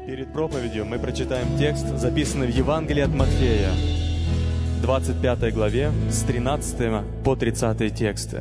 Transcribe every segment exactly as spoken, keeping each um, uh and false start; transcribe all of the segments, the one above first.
Перед проповедью мы прочитаем текст, записанный в Евангелии от Матфея, двадцать пятой главе, с тринадцатого по тридцатый тексты.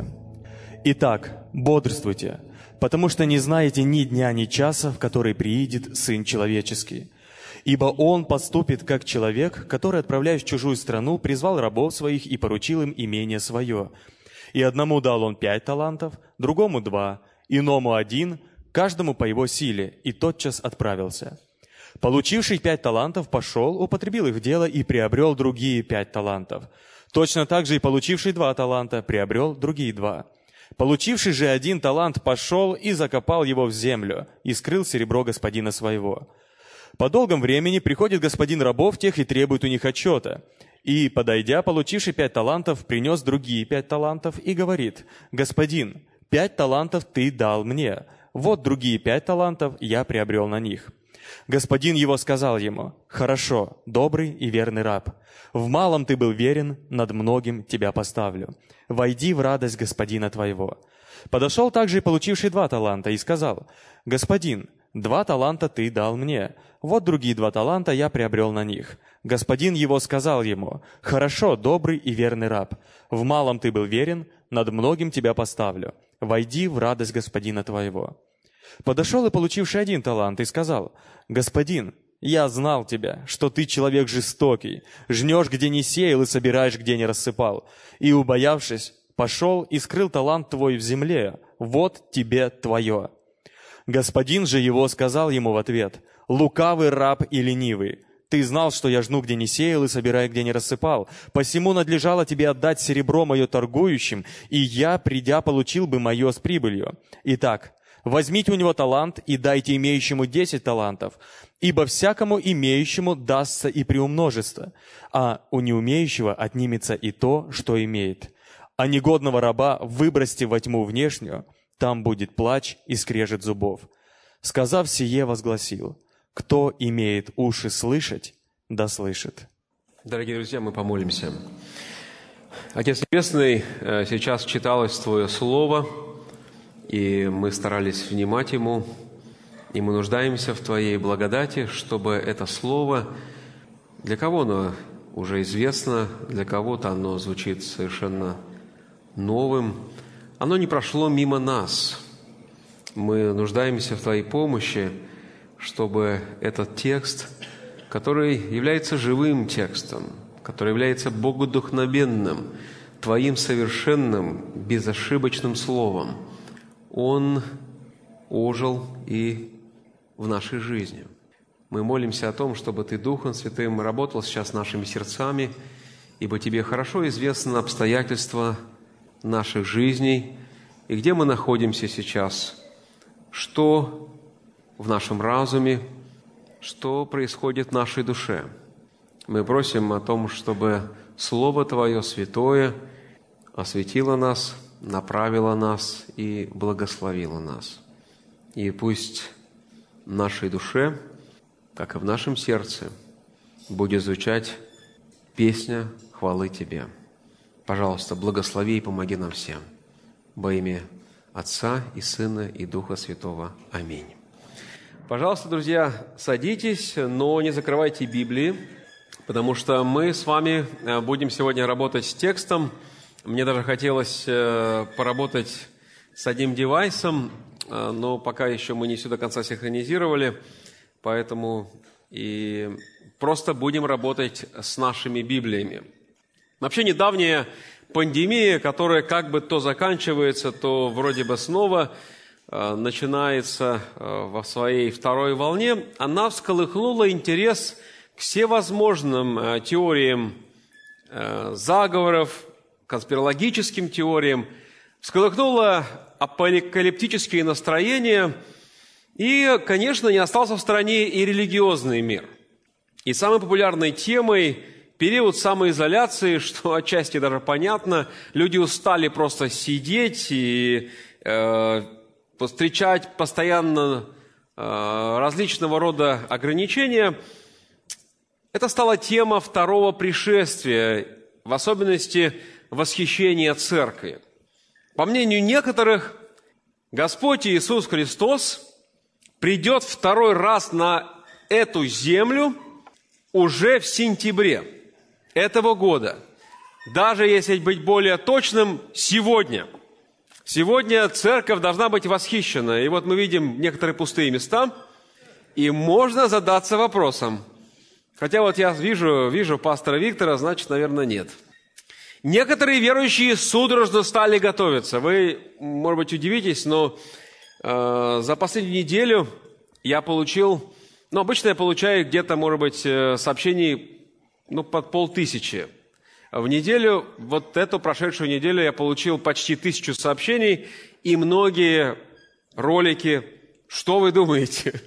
«Итак, бодрствуйте, потому что не знаете ни дня, ни часа, в который приидет Сын Человеческий. Ибо Он поступит, как человек, который, отправляясь в чужую страну, призвал рабов своих и поручил им имение свое. И одному дал Он пять талантов, другому два, иному один, каждому по его силе, и тотчас отправился. Получивший пять талантов пошел, употребил их в дело и приобрел другие пять талантов. Точно так же и получивший два таланта приобрел другие два. Получивший же один талант пошел и закопал его в землю, и скрыл серебро господина своего. По долгом времени приходит господин рабов тех и требует у них отчета. И, подойдя, получивший пять талантов, принес другие пять талантов и говорит: «Господин, пять талантов ты дал мне, вот другие пять талантов я приобрел на них». Господин его сказал ему: «Хорошо, добрый и верный раб. В малом ты был верен, над многим тебя поставлю. Войди в радость господина твоего». Подошел также и получивший два таланта и сказал: «Господин, два таланта ты дал мне, вот другие два таланта я приобрел на них». Господин его сказал ему: «Хорошо, добрый и верный раб. В малом ты был верен, над многим тебя поставлю. Войди в радость господина твоего». Подошел и получивший один талант и сказал: «Господин, я знал тебя, что ты человек жестокий, жнешь, где не сеял, и собираешь, где не рассыпал. И, убоявшись, пошел и скрыл талант твой в земле, вот тебе твое». Господин же его сказал ему в ответ: «Лукавый раб и ленивый, ты знал, что я жну, где не сеял, и собираю, где не рассыпал. Посему надлежало тебе отдать серебро мое торгующим, и я, придя, получил бы мое с прибылью. Итак, возьмите у него талант и дайте имеющему десять талантов, ибо всякому имеющему дастся и приумножится, а у неумеющего отнимется и то, что имеет. А негодного раба выбросьте во тьму внешнюю, там будет плач и скрежет зубов». Сказав сие, возгласил: «Кто имеет уши слышать, да слышит». Дорогие друзья, мы помолимся. Отец Небесный, сейчас читалось Твое Слово, и мы старались внимать Ему, и мы нуждаемся в Твоей благодати, чтобы это Слово, для кого оно уже известно, для кого-то оно звучит совершенно новым, оно не прошло мимо нас. Мы нуждаемся в Твоей помощи, чтобы этот текст, который является живым текстом, который является богодухновенным, Твоим совершенным, безошибочным Словом, он ожил и в нашей жизни. Мы молимся о том, чтобы Ты Духом Святым работал сейчас нашими сердцами, ибо Тебе хорошо известны обстоятельства наших жизней и где мы находимся сейчас, что в нашем разуме, что происходит в нашей душе. Мы просим о том, чтобы Слово Твое святое осветило нас, направила нас и благословила нас. И пусть в нашей душе, как и в нашем сердце, будет звучать песня хвалы Тебе. Пожалуйста, благослови и помоги нам всем. Во имя Отца и Сына и Духа Святого. Аминь. Пожалуйста, друзья, садитесь, но не закрывайте Библии, потому что мы с вами будем сегодня работать с текстом. Мне даже хотелось поработать с одним девайсом, но пока еще мы не все до конца синхронизировали, поэтому и просто будем работать с нашими Библиями. Вообще недавняя пандемия, которая как бы то заканчивается, то вроде бы снова начинается во своей второй волне, она всколыхнула интерес к всевозможным теориям заговоров, конспирологическим теориям, всколыхнула апокалиптические настроения, и, конечно, не остался в стороне и религиозный мир. И самой популярной темой период самоизоляции, что отчасти даже понятно, люди устали просто сидеть и э, встречать постоянно э, различного рода ограничения. Это стала тема второго пришествия, в особенности восхищения церкви. По мнению некоторых, Господь Иисус Христос придет второй раз на эту землю уже в сентябре этого года. Даже если быть более точным, сегодня. Сегодня церковь должна быть восхищена. И вот мы видим некоторые пустые места, и можно задаться вопросом. Хотя вот я вижу, вижу пастора Виктора, значит, наверное, нет. Некоторые верующие судорожно стали готовиться. Вы, может быть, удивитесь, но э, за последнюю неделю я получил, ну, обычно я получаю где-то, может быть, сообщений, ну, под полтысячи. В неделю, вот эту прошедшую неделю я получил почти тысячу сообщений и многие ролики. Что вы думаете?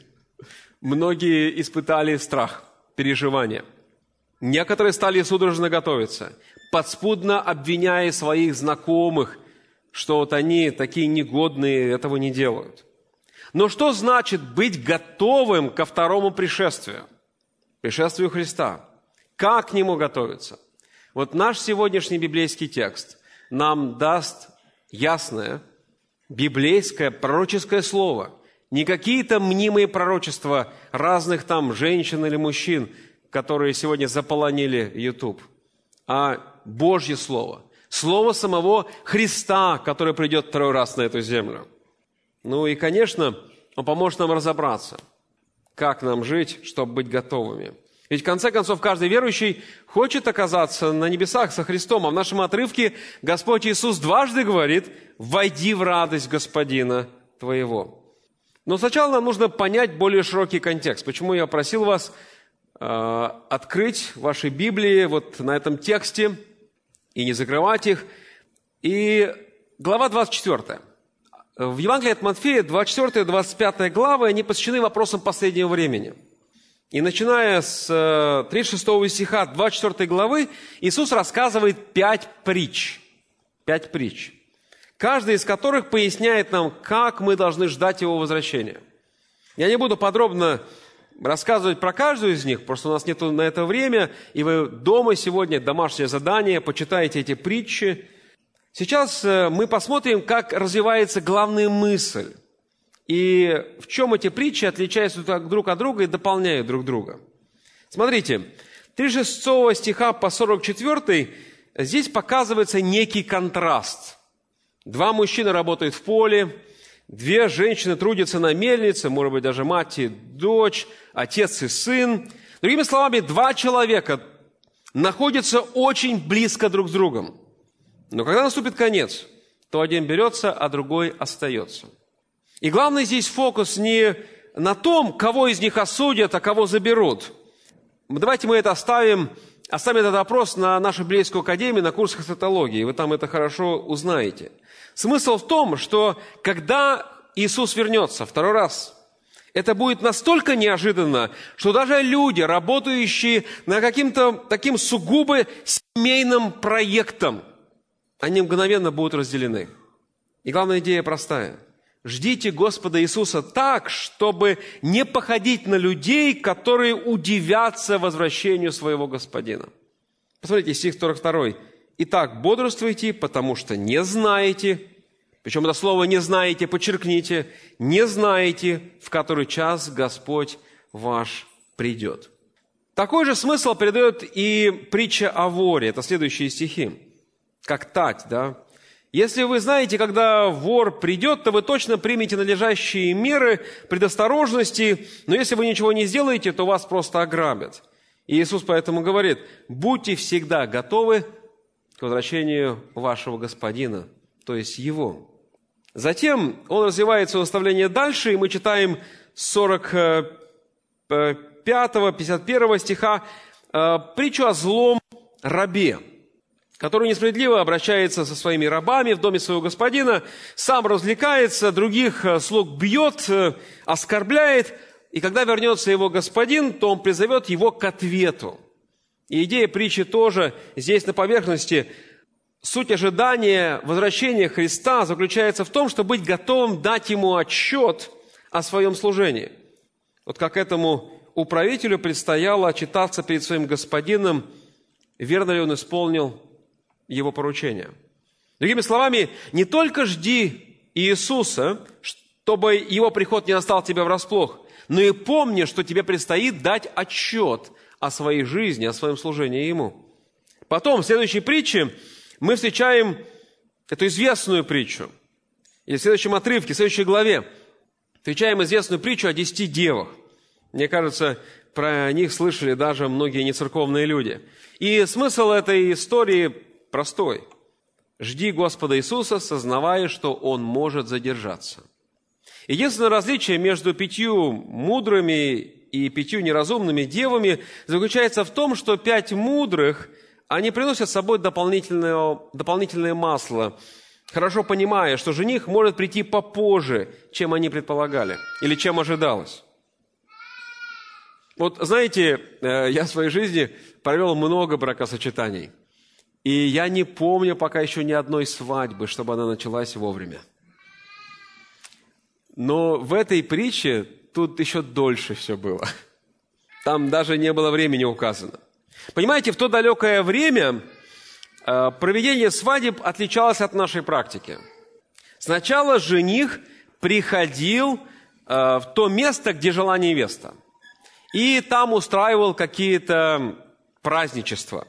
Многие испытали страх, переживания. Некоторые стали судорожно готовиться, подспудно обвиняя своих знакомых, что вот они такие негодные, этого не делают. Но что значит быть готовым ко второму пришествию? Пришествию Христа. Как к нему готовиться? Вот наш сегодняшний библейский текст нам даст ясное библейское пророческое слово. Не какие-то мнимые пророчества разных там женщин или мужчин, которые сегодня заполонили YouTube, а Божье Слово. Слово самого Христа, который придет второй раз на эту землю. Ну и, конечно, Он поможет нам разобраться, как нам жить, чтобы быть готовыми. Ведь, в конце концов, каждый верующий хочет оказаться на небесах со Христом. А в нашем отрывке Господь Иисус дважды говорит: «Войди в радость Господина твоего». Но сначала нам нужно понять более широкий контекст. Почему я просил вас э, открыть ваши Библии вот на этом тексте и не закрывать их. И глава двадцать четвёртая. В Евангелии от Матфея двадцать четвёртая - двадцать пятая главы, они посвящены вопросам последнего времени. И начиная с тридцать шестого стиха двадцать четвёртой главы, Иисус рассказывает пять притч. Пять притч. Каждая из которых поясняет нам, как мы должны ждать Его возвращения. Я не буду подробно рассказывать про каждую из них, просто у нас нет на это времени, и вы дома сегодня, домашнее задание, почитаете эти притчи. Сейчас мы посмотрим, как развивается главная мысль. И в чем эти притчи отличаются друг от друга и дополняют друг друга. Смотрите, тридцать шестого стиха по сорок четвёртый здесь показывается некий контраст. Два мужчины работают в поле, две женщины трудятся на мельнице, может быть, даже мать и дочь, отец и сын. Другими словами, два человека находятся очень близко друг с другом. Но когда наступит конец, то один берется, а другой остается. И главный здесь фокус не на том, кого из них осудят, а кого заберут. Давайте мы это оставим, оставим этот вопрос на нашу библейскую академию, на курсах эсхатологии. Вы там это хорошо узнаете. Смысл в том, что когда Иисус вернется второй раз, это будет настолько неожиданно, что даже люди, работающие над каким-то таким сугубо семейным проектом, они мгновенно будут разделены. И главная идея простая. Ждите Господа Иисуса так, чтобы не походить на людей, которые удивятся возвращению своего Господина. Посмотрите, стих сорок второй. «Итак, бодрствуйте, потому что не знаете», причем это слово «не знаете», подчеркните, «не знаете, в который час Господь ваш придет». Такой же смысл передает и притча о воре. Это следующие стихи. Как тать, да? Если вы знаете, когда вор придет, то вы точно примете надлежащие меры предосторожности, но если вы ничего не сделаете, то вас просто ограбят. И Иисус поэтому говорит: будьте всегда готовы к возвращению вашего Господина, то есть Его. Затем Он развивает свое наставление дальше, и мы читаем с сорок пятого - пятьдесят первого стиха притчу о злом рабе, который несправедливо обращается со своими рабами в доме своего господина, сам развлекается, других слуг бьет, оскорбляет, и когда вернется его господин, то он призовет его к ответу. И идея притчи тоже здесь на поверхности. Суть ожидания возвращения Христа заключается в том, чтобы быть готовым дать Ему отчет о своем служении. Вот как этому управителю предстояло отчитаться перед своим господином, верно ли он исполнил Его поручение. Другими словами, не только жди Иисуса, чтобы Его приход не остал тебя врасплох, но и помни, что тебе предстоит дать отчет о своей жизни, о своем служении Ему. Потом, в следующей притче, мы встречаем эту известную притчу. Или в следующем отрывке, в следующей главе, встречаем известную притчу о десяти девах. Мне кажется, про них слышали даже многие нецерковные люди. И смысл этой истории простой. Жди Господа Иисуса, сознавая, что Он может задержаться. Единственное различие между пятью мудрыми и пятью неразумными девами заключается в том, что пять мудрых, они приносят с собой дополнительное, дополнительное масло, хорошо понимая, что жених может прийти попозже, чем они предполагали или чем ожидалось. Вот знаете, я в своей жизни провел много бракосочетаний, и я не помню пока еще ни одной свадьбы, чтобы она началась вовремя. Но в этой притче тут еще дольше все было. Там даже не было времени указано. Понимаете, в то далекое время э, проведение свадеб отличалось от нашей практики. Сначала жених приходил э, в то место, где жила невеста, и там устраивал какие-то праздничества.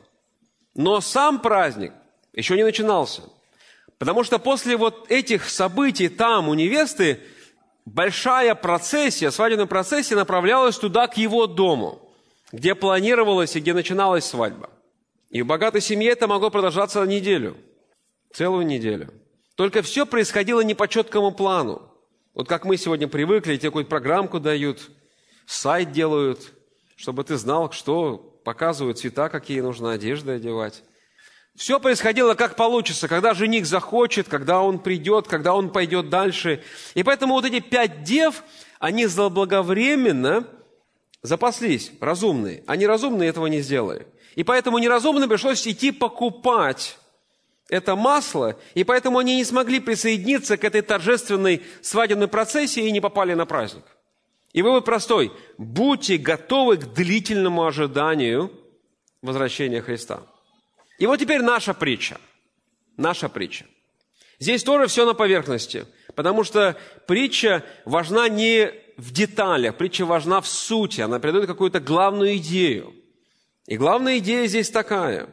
Но сам праздник еще не начинался, потому что после вот этих событий там у невесты большая процессия, свадебная процессия направлялась туда, к его дому, где планировалась и где начиналась свадьба. И в богатой семье это могло продолжаться неделю, целую неделю. Только все происходило не по четкому плану. Вот как мы сегодня привыкли, тебе какую-то программку дают, сайт делают, чтобы ты знал, что показывают цвета, какие нужно одежды одевать. Все происходило как получится, когда жених захочет, когда он придет, когда он пойдет дальше. И поэтому вот эти пять дев, они заблаговременно запаслись, разумные. А неразумные этого не сделали. И поэтому неразумным пришлось идти покупать это масло, и поэтому они не смогли присоединиться к этой торжественной свадебной процессии и не попали на праздник. И вывод простой. Будьте готовы к длительному ожиданию возвращения Христа. И вот теперь наша притча. Наша притча. Здесь тоже все на поверхности, потому что притча важна не в деталях, притча важна в сути, она передает какую-то главную идею. И главная идея здесь такая.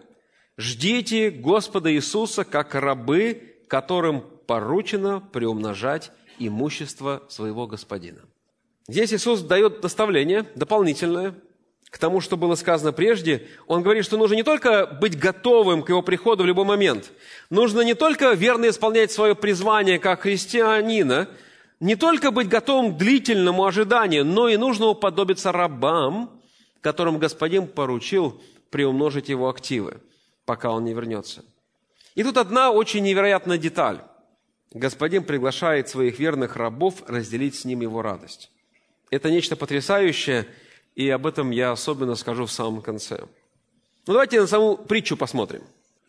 Ждите Господа Иисуса как рабы, которым поручено приумножать имущество своего Господина. Здесь Иисус дает наставление дополнительное к тому, что было сказано прежде. Он говорит, что нужно не только быть готовым к Его приходу в любой момент, нужно не только верно исполнять свое призвание как христианина, не только быть готовым к длительному ожиданию, но и нужно уподобиться рабам, которым Господин поручил приумножить его активы, пока он не вернется. И тут одна очень невероятная деталь. Господин приглашает своих верных рабов разделить с ним его радость. Это нечто потрясающее, и об этом я особенно скажу в самом конце. Ну, давайте на саму притчу посмотрим.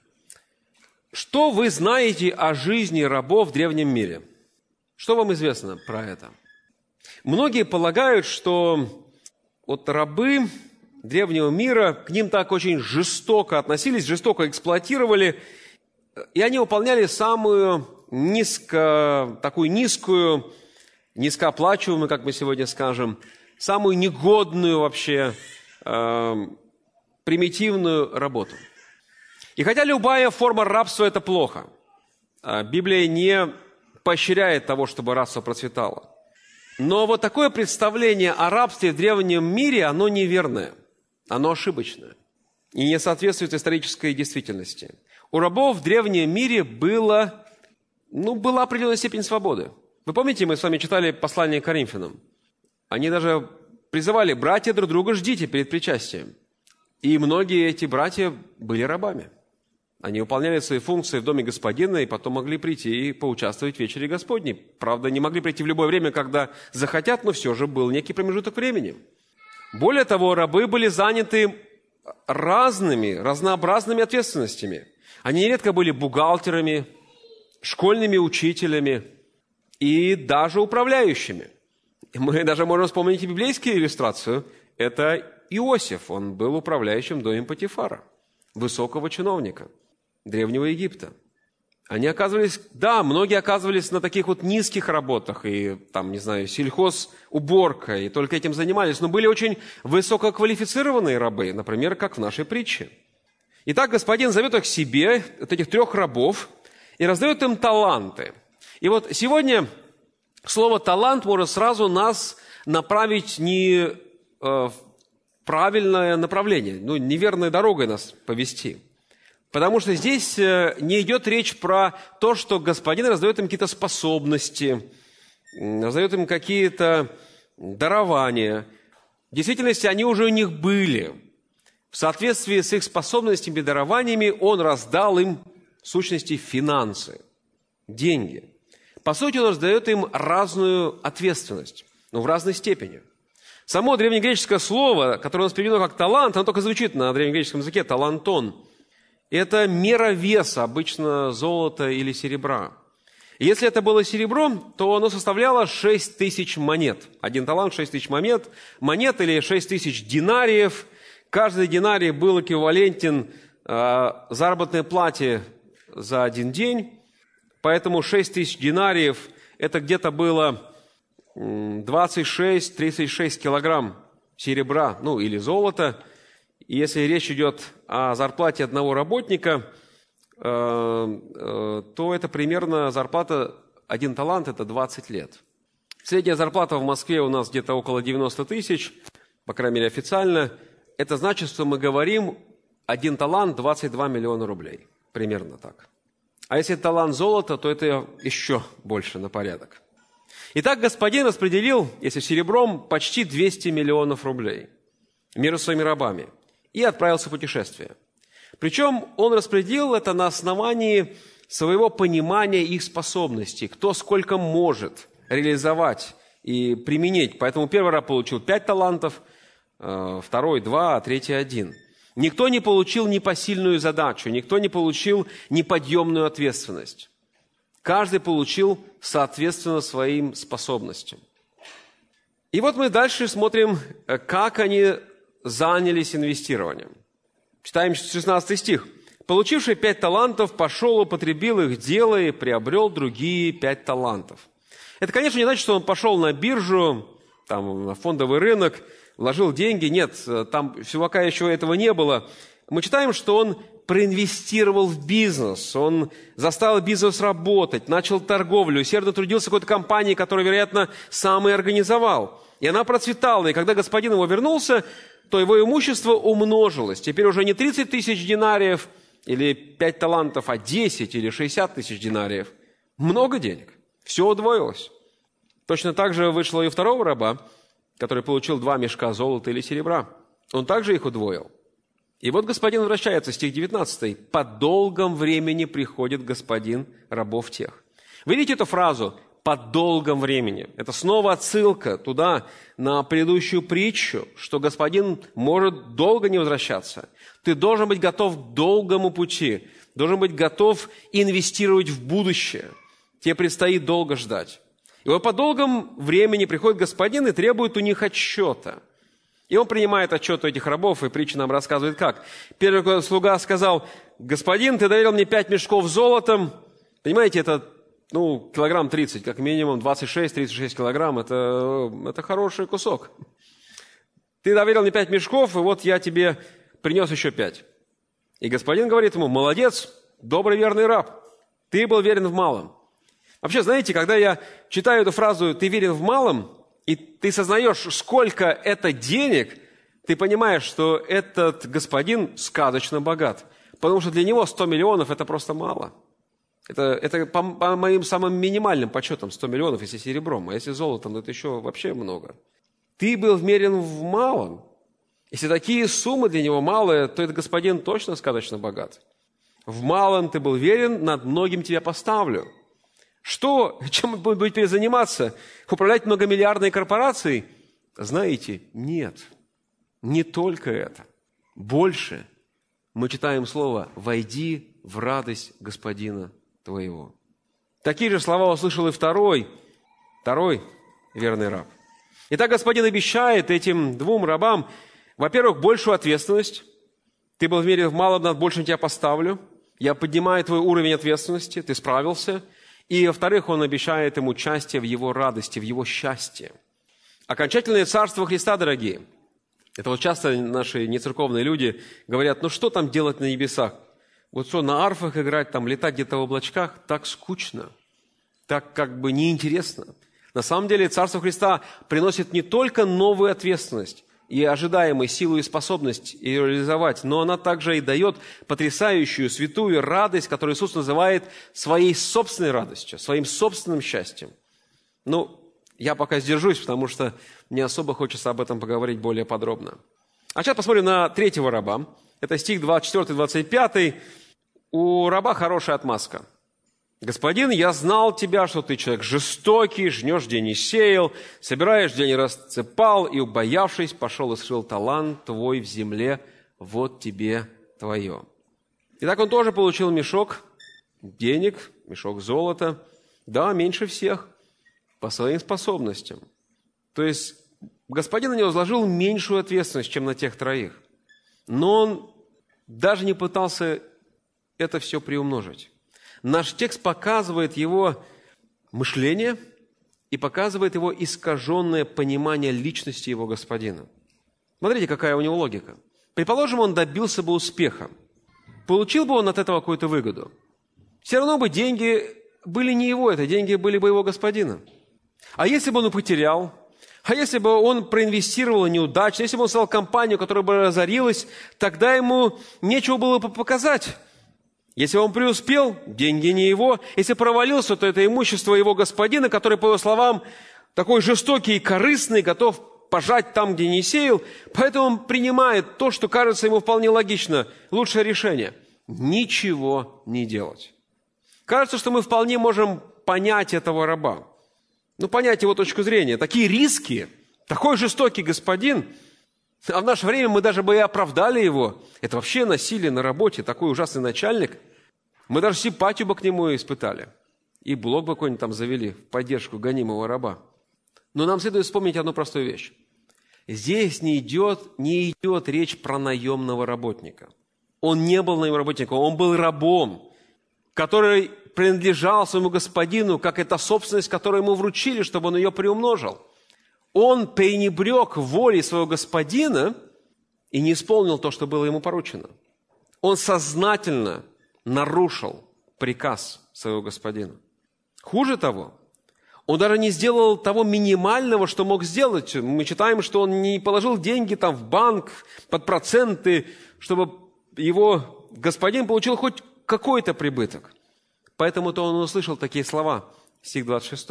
Что вы знаете о жизни рабов в древнем мире? Что вам известно про это? Многие полагают, что вот рабы древнего мира, к ним так очень жестоко относились, жестоко эксплуатировали, и они выполняли самую низко, такую низкую, низкооплачиваемую, как мы сегодня скажем, самую негодную вообще, э, примитивную работу. И хотя любая форма рабства – это плохо, Библия не поощряет того, чтобы рабство процветало. Но вот такое представление о рабстве в древнем мире, оно неверное, оно ошибочное и не соответствует исторической действительности. У рабов в древнем мире было, ну, была определенная степень свободы. Вы помните, мы с вами читали послание к Коринфянам? Они даже призывали: «Братья, друг друга ждите перед причастием». И многие эти братья были рабами. Они выполняли свои функции в доме Господина и потом могли прийти и поучаствовать в вечере Господней. Правда, не могли прийти в любое время, когда захотят, но все же был некий промежуток времени. Более того, рабы были заняты разными, разнообразными ответственностями. Они нередко были бухгалтерами, школьными учителями и даже управляющими. Мы даже можем вспомнить и библейскую иллюстрацию. Это Иосиф, он был управляющим в доме Потифара, высокого чиновника Древнего Египта. Они оказывались, да, многие оказывались на таких вот низких работах, и там, не знаю, сельхозуборка, и только этим занимались, но были очень высококвалифицированные рабы, например, как в нашей притче. Итак, господин зовет их к себе, вот этих трех рабов, и раздает им таланты. И вот сегодня слово «талант» может сразу нас направить не э, в правильное направление, ну, неверной дорогой нас повести. Потому что здесь не идет речь про то, что господин раздает им какие-то способности, раздает им какие-то дарования. В действительности они уже у них были. В соответствии с их способностями и дарованиями он раздал им, в сущности, финансы, деньги. По сути, он раздает им разную ответственность, но в разной степени. Само древнегреческое слово, которое у нас переведено как «талант», оно только звучит на древнегреческом языке «талантон». Это мера веса, обычно золота или серебра. И если это было серебро, то оно составляло шесть тысяч монет. Один талант – шесть тысяч монет, монет или шесть тысяч динариев. Каждый динарий был эквивалентен э, заработной плате за один день. Поэтому шесть тысяч динариев – это где-то было двадцать шесть - тридцать шесть килограмм серебра, ну или золота. И если речь идет о зарплате одного работника, то это примерно зарплата, один талант – это двадцать лет. Средняя зарплата в Москве у нас где-то около девяносто тысяч, по крайней мере официально. Это значит, что мы говорим, один талант – двадцать два миллиона рублей. Примерно так. А если талант золота, то это еще больше на порядок. Итак, господин распределил, если серебром, почти двести миллионов рублей между своими рабами. И отправился в путешествие. Причем он распределил это на основании своего понимания их способностей, кто сколько может реализовать и применить. Поэтому первый раб получил пять талантов, второй два, а третий один. Никто не получил непосильную задачу, никто не получил неподъемную ответственность. Каждый получил соответственно своим способностям. И вот мы дальше смотрим, как они занялись инвестированием. Читаем шестнадцатый стих. «Получивший пять талантов, пошел, употребил их дело и приобрел другие пять талантов». Это, конечно, не значит, что он пошел на биржу, там, на фондовый рынок, вложил деньги. Нет, там пока еще этого не было. Мы читаем, что он проинвестировал в бизнес, он заставил бизнес работать, начал торговлю, усердно трудился в какой-то компании, которую, вероятно, сам и организовал. И она процветала. И когда господин его вернулся, то его имущество умножилось. Теперь уже не тридцать тысяч динариев или пять талантов, а десять или шестьдесят тысяч динариев. Много денег. Все удвоилось. Точно так же вышло и у второго раба, который получил два мешка золота или серебра. Он также их удвоил. И вот господин возвращается, стих девятнадцатый. «По долгом времени приходит господин рабов тех». Вы видите эту фразу «по долгом времени»? Это снова отсылка туда, на предыдущую притчу, что господин может долго не возвращаться. Ты должен быть готов к долгому пути, должен быть готов инвестировать в будущее. Тебе предстоит долго ждать. И вот по долгом времени приходит господин и требует у них отчета. И он принимает отчет у этих рабов, и притча нам рассказывает как. Первый слуга сказал: «Господин, ты доверил мне пять мешков золотом». Понимаете, это ну, килограмм тридцать, как минимум, двадцать шесть - тридцать шесть килограмм, это, это хороший кусок. Ты доверил мне пять мешков, и вот я тебе принес еще пять. И господин говорит ему: молодец, добрый верный раб, ты был верен в малом. Вообще, знаете, когда я читаю эту фразу «ты верен в малом», и ты сознаешь, сколько это денег, ты понимаешь, что этот господин сказочно богат. Потому что для него сто миллионов – это просто мало. Это, это по, по моим самым минимальным подсчетам сто миллионов, если серебром, а если золотом, то это еще вообще много. Ты был вмерен в малом. Если такие суммы для него малые, то этот господин точно сказочно богат. В малом ты был верен, над многим тебя поставлю. Что, чем вы будете заниматься? Управлять многомиллиардной корпорацией? Знаете, нет. Не только это. Больше мы читаем слово «войди в радость господина твоего». Такие же слова услышал и второй, второй верный раб. Итак, господин обещает этим двум рабам, во-первых, большую ответственность. Ты был в мире в малом, над большим тебя поставлю. Я поднимаю твой уровень ответственности, ты справился. И, во-вторых, он обещает им участие в его радости, в его счастье. Окончательное царство Христа, дорогие. Это вот часто наши нецерковные люди говорят, ну что там делать на небесах? Вот что, на арфах играть, там, летать где-то в облачках, так скучно, так как бы неинтересно. На самом деле Царство Христа приносит не только новую ответственность и ожидаемую силу и способность ее реализовать, но она также и дает потрясающую, святую радость, которую Иисус называет своей собственной радостью, своим собственным счастьем. Ну, я пока сдержусь, потому что не особо хочется об этом поговорить более подробно. А сейчас посмотрим на третьего раба. Это стих двадцать четыре двадцать пять. У раба хорошая отмазка. «Господин, я знал тебя, что ты человек жестокий, жнешь, где не сеял, собираешь, где не расцепал, и, убоявшись, пошел и сшил талант твой в земле, вот тебе твое». Итак, он тоже получил мешок денег, мешок золота, да, меньше всех, по своим способностям. То есть, господин на него возложил меньшую ответственность, чем на тех троих. Но он даже не пытался это все приумножить. Наш текст показывает его мышление и показывает его искаженное понимание личности его господина. Смотрите, какая у него логика. Предположим, он добился бы успеха. Получил бы он от этого какую-то выгоду. Все равно бы деньги были не его, это деньги были бы его господина. А если бы он их потерял? А если бы он проинвестировал неудачно? Если бы он создал компанию, которая бы разорилась, тогда ему нечего было бы показать. Если он преуспел, деньги не его. Если провалился, то это имущество его господина, который, по его словам, такой жестокий и корыстный, готов пожать там, где не сеял. Поэтому он принимает то, что кажется ему вполне логично. Лучшее решение – ничего не делать. Кажется, что мы вполне можем понять этого раба. Ну, понять его точку зрения. Такие риски, такой жестокий господин, а в наше время мы даже бы и оправдали его. Это вообще насилие на работе, такой ужасный начальник. Мы даже симпатию бы к нему испытали. И блог бы какой-нибудь там завели в поддержку гонимого раба. Но нам следует вспомнить одну простую вещь. Здесь не идет, не идет речь про наемного работника. Он не был наемным работником, он был рабом, который принадлежал своему господину, как эта собственность, которую ему вручили, чтобы он ее приумножил. Он пренебрег волей своего господина и не исполнил то, что было ему поручено. Он сознательно нарушил приказ своего господина. Хуже того, он даже не сделал того минимального, что мог сделать. Мы читаем, что он не положил деньги там в банк под проценты, чтобы его господин получил хоть какой-то прибыток. Поэтому-то он услышал такие слова, стих двадцать шесть.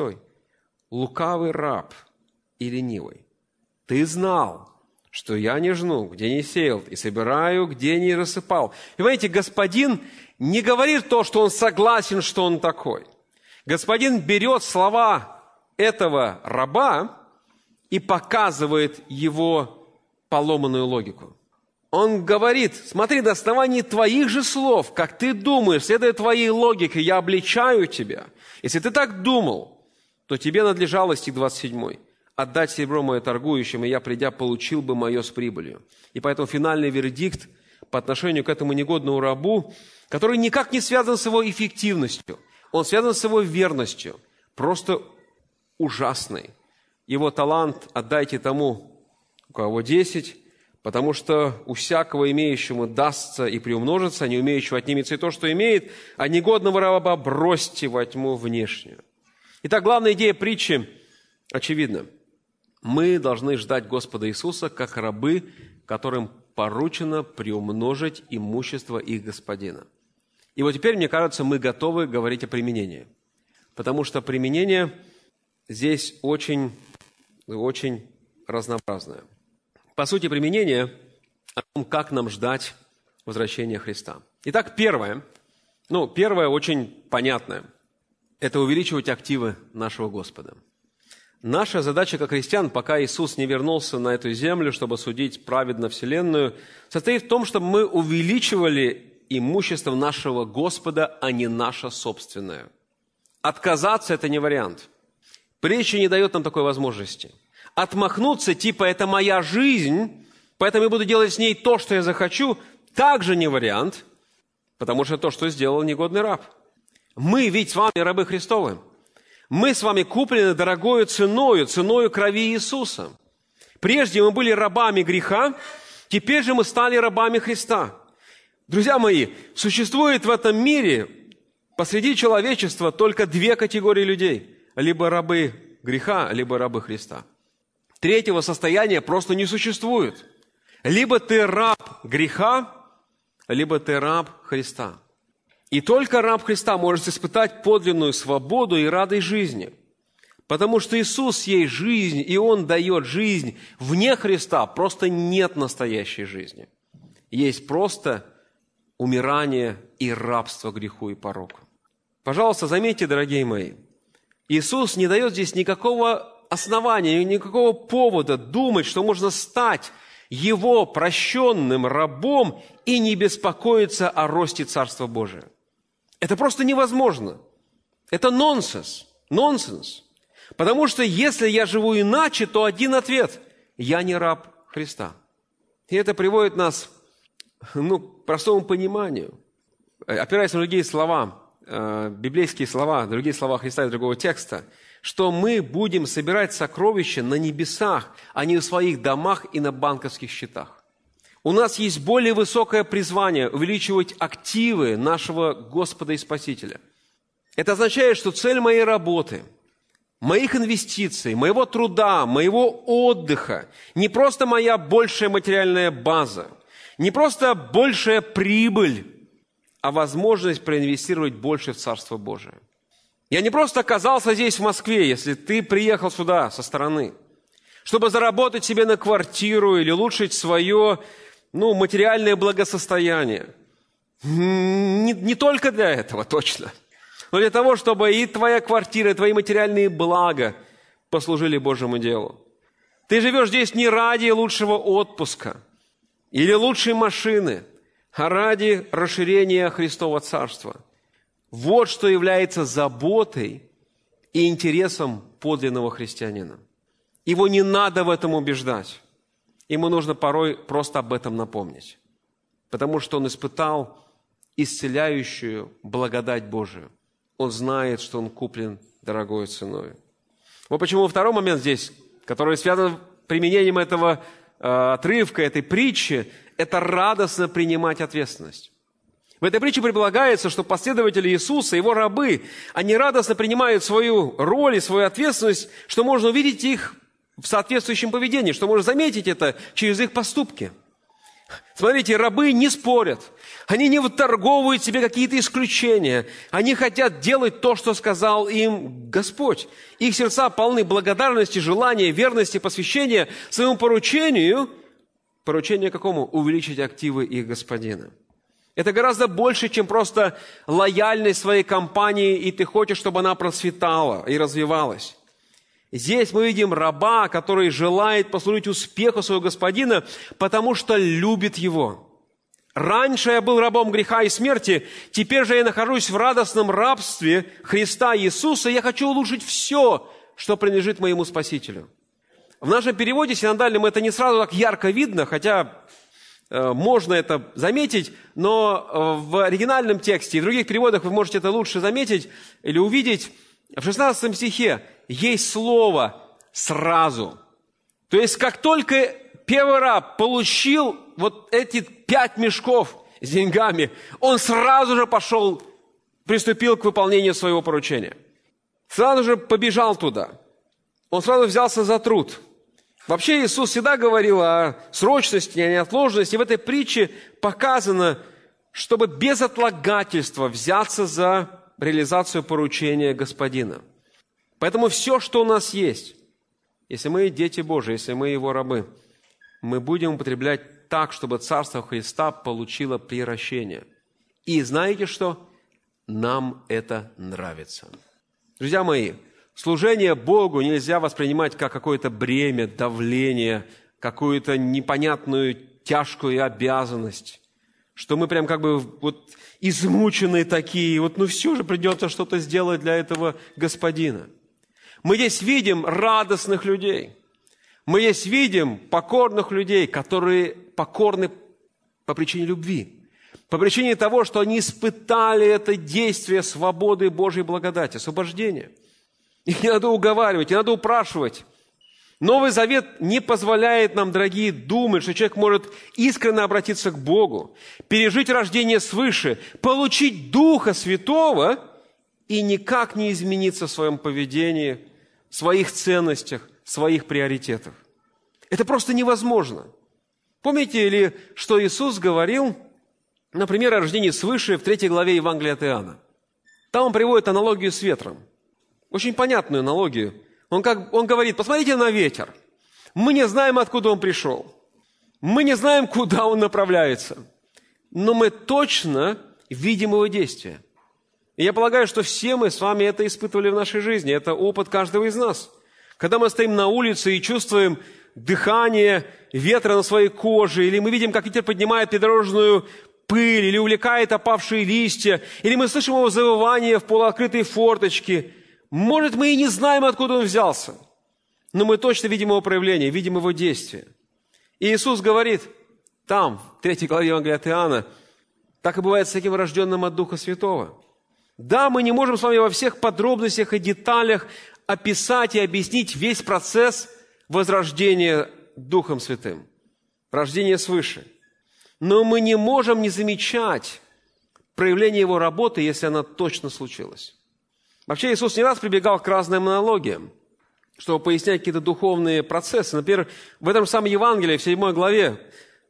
«Лукавый раб и ленивый, ты знал, что я не жну, где не сеял, и собираю, где не рассыпал». И понимаете, господин не говорит то, что он согласен, что он такой. Господин берет слова этого раба и показывает его поломанную логику. Он говорит: смотри, на основании твоих же слов, как ты думаешь, следуя твоей логике, я обличаю тебя. Если ты так думал, то тебе надлежало, стих двадцать семь, отдать серебро мое торгующим, и я, придя, получил бы мое с прибылью. И поэтому финальный вердикт по отношению к этому негодному рабу, который никак не связан с его эффективностью, он связан с его верностью, просто ужасный. Его талант отдайте тому, у кого десять, потому что у всякого имеющему дастся и приумножится, а не умеющего отнимется и то, что имеет, а негодного раба бросьте во тьму внешнюю. Итак, главная идея притчи очевидна. Мы должны ждать Господа Иисуса как рабы, которым поручено приумножить имущество их господина. И вот теперь, мне кажется, мы готовы говорить о применении. Потому что применение здесь очень, очень разнообразное. По сути, применение о том, как нам ждать возвращения Христа. Итак, первое, ну, первое очень понятное, это увеличивать активы нашего Господа. Наша задача как христиан, пока Иисус не вернулся на эту землю, чтобы судить праведно вселенную, состоит в том, чтобы мы увеличивали имущество нашего Господа, а не наше собственное. Отказаться – это не вариант. Притча не дает нам такой возможности. Отмахнуться, типа «это моя жизнь, поэтому я буду делать с ней то, что я захочу», также не вариант. Потому что то, что сделал негодный раб. Мы ведь с вами рабы Христовы. Мы с вами куплены дорогою ценою, ценою крови Иисуса. Прежде мы были рабами греха, теперь же мы стали рабами Христа. Друзья мои, существует в этом мире посреди человечества только две категории людей. Либо рабы греха, либо рабы Христа. Третьего состояния просто не существует. Либо ты раб греха, либо ты раб Христа. И только раб Христа может испытать подлинную свободу и радость жизни. Потому что Иисус есть жизнь, и Он дает жизнь. Вне Христа просто нет настоящей жизни. Есть просто умирание и рабство греху и пороку. Пожалуйста, заметьте, дорогие мои, Иисус не дает здесь никакого основания, никакого повода думать, что можно стать Его прощенным рабом и не беспокоиться о росте Царства Божия. Это просто невозможно. Это нонсенс. Нонсенс. Потому что если я живу иначе, то один ответ – я не раб Христа. И это приводит нас ну, к простому пониманию. Опираясь на другие слова, э, библейские слова, другие слова Христа из другого текста, что мы будем собирать сокровища на небесах, а не в своих домах и на банковских счетах. У нас есть более высокое призвание увеличивать активы нашего Господа и Спасителя. Это означает, что цель моей работы, моих инвестиций, моего труда, моего отдыха не просто моя большая материальная база, не просто большая прибыль, а возможность проинвестировать больше в Царство Божие. Я не просто оказался здесь, в Москве, если ты приехал сюда со стороны, чтобы заработать себе на квартиру или улучшить свое ну, материальное благосостояние. Не, не только для этого, точно. Но для того, чтобы и твоя квартира, и твои материальные блага послужили Божьему делу. Ты живешь здесь не ради лучшего отпуска или лучшей машины, а ради расширения Христова Царства. Вот что является заботой и интересом подлинного христианина. Его не надо в этом убеждать. Ему нужно порой просто об этом напомнить. Потому что он испытал исцеляющую благодать Божию. Он знает, что он куплен дорогой ценой. Вот почему второй момент здесь, который связан с применением этого э, отрывка, этой притчи, это радостно принимать ответственность. В этой притче предполагается, что последователи Иисуса, Его рабы, они радостно принимают свою роль и свою ответственность, что можно увидеть их в соответствующем поведении, что можно заметить это через их поступки. Смотрите, рабы не спорят, они не выторговывают себе какие-то исключения, они хотят делать то, что сказал им Господь. Их сердца полны благодарности, желания, верности, посвящения своему поручению. Поручение какому? Увеличить активы их Господина. Это гораздо больше, чем просто лояльность своей компании, и ты хочешь, чтобы она процветала и развивалась. Здесь мы видим раба, который желает послужить успеху своего господина, потому что любит его. Раньше я был рабом греха и смерти, теперь же я нахожусь в радостном рабстве Христа Иисуса, и я хочу улучшить все, что принадлежит моему Спасителю. В нашем переводе синодальном это не сразу так ярко видно, хотя э, можно это заметить, но э, в оригинальном тексте и в других переводах вы можете это лучше заметить или увидеть. В шестнадцатом стихе есть слово «сразу». То есть, как только первый раб получил вот эти пять мешков с деньгами, он сразу же пошел, приступил к выполнению своего поручения. Сразу же побежал туда. Он сразу взялся за труд. Вообще Иисус всегда говорил о срочности, о неотложности. В этой притче показано, чтобы без отлагательства взяться за реализацию поручения Господина. Поэтому все, что у нас есть, если мы дети Божии, если мы Его рабы, мы будем употреблять так, чтобы Царство Христа получило приращение. И знаете что? Нам это нравится. Друзья мои, служение Богу нельзя воспринимать как какое-то бремя, давление, какую-то непонятную тяжкую обязанность, что мы прям как бы вот измученные такие, вот ну все же придется что-то сделать для этого Господина. Мы здесь видим радостных людей. Мы здесь видим покорных людей, которые покорны по причине любви. По причине того, что они испытали это действие свободы Божьей благодати, освобождения. Их не надо уговаривать, не надо упрашивать. Новый Завет не позволяет нам, дорогие, думать, что человек может искренне обратиться к Богу, пережить рождение свыше, получить Духа Святого и никак не измениться в своем поведении, в своих ценностях, в своих приоритетах. Это просто невозможно. Помните ли, что Иисус говорил, например, о рождении свыше в третьей главе Евангелия от Иоанна? Там он приводит аналогию с ветром. Очень понятную аналогию. Он, как, он говорит, посмотрите на ветер. Мы не знаем, откуда он пришел. Мы не знаем, куда он направляется. Но мы точно видим его действие. И я полагаю, что все мы с вами это испытывали в нашей жизни. Это опыт каждого из нас. Когда мы стоим на улице и чувствуем дыхание ветра на своей коже, или мы видим, как ветер поднимает придорожную пыль, или увлекает опавшие листья, или мы слышим его завывание в полуоткрытой форточке. Может, мы и не знаем, откуда он взялся, но мы точно видим его проявление, видим его действие. И Иисус говорит там, в третьей главе Евангелия от Иоанна, так и бывает с всяким рожденным от Духа Святого. Да, мы не можем с вами во всех подробностях и деталях описать и объяснить весь процесс возрождения Духом Святым, рождения свыше. Но мы не можем не замечать проявление его работы, если она точно случилась. Вообще Иисус не раз прибегал к разным аналогиям, чтобы пояснять какие-то духовные процессы. Например, в этом же самом Евангелии, в седьмой главе,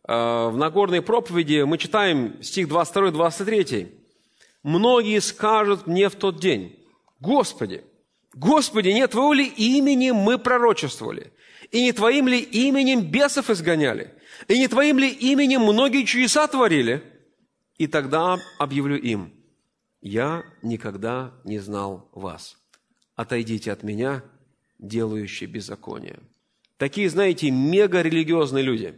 в Нагорной проповеди, мы читаем стих двадцать второй двадцать третий. «Многие скажут мне в тот день: Господи, Господи, не Твоего ли именем мы пророчествовали? И не Твоим ли именем бесов изгоняли? И не Твоим ли именем многие чудеса творили?» И тогда объявлю им: «Я никогда не знал вас. Отойдите от меня, делающие беззаконие». Такие, знаете, мега-религиозные люди,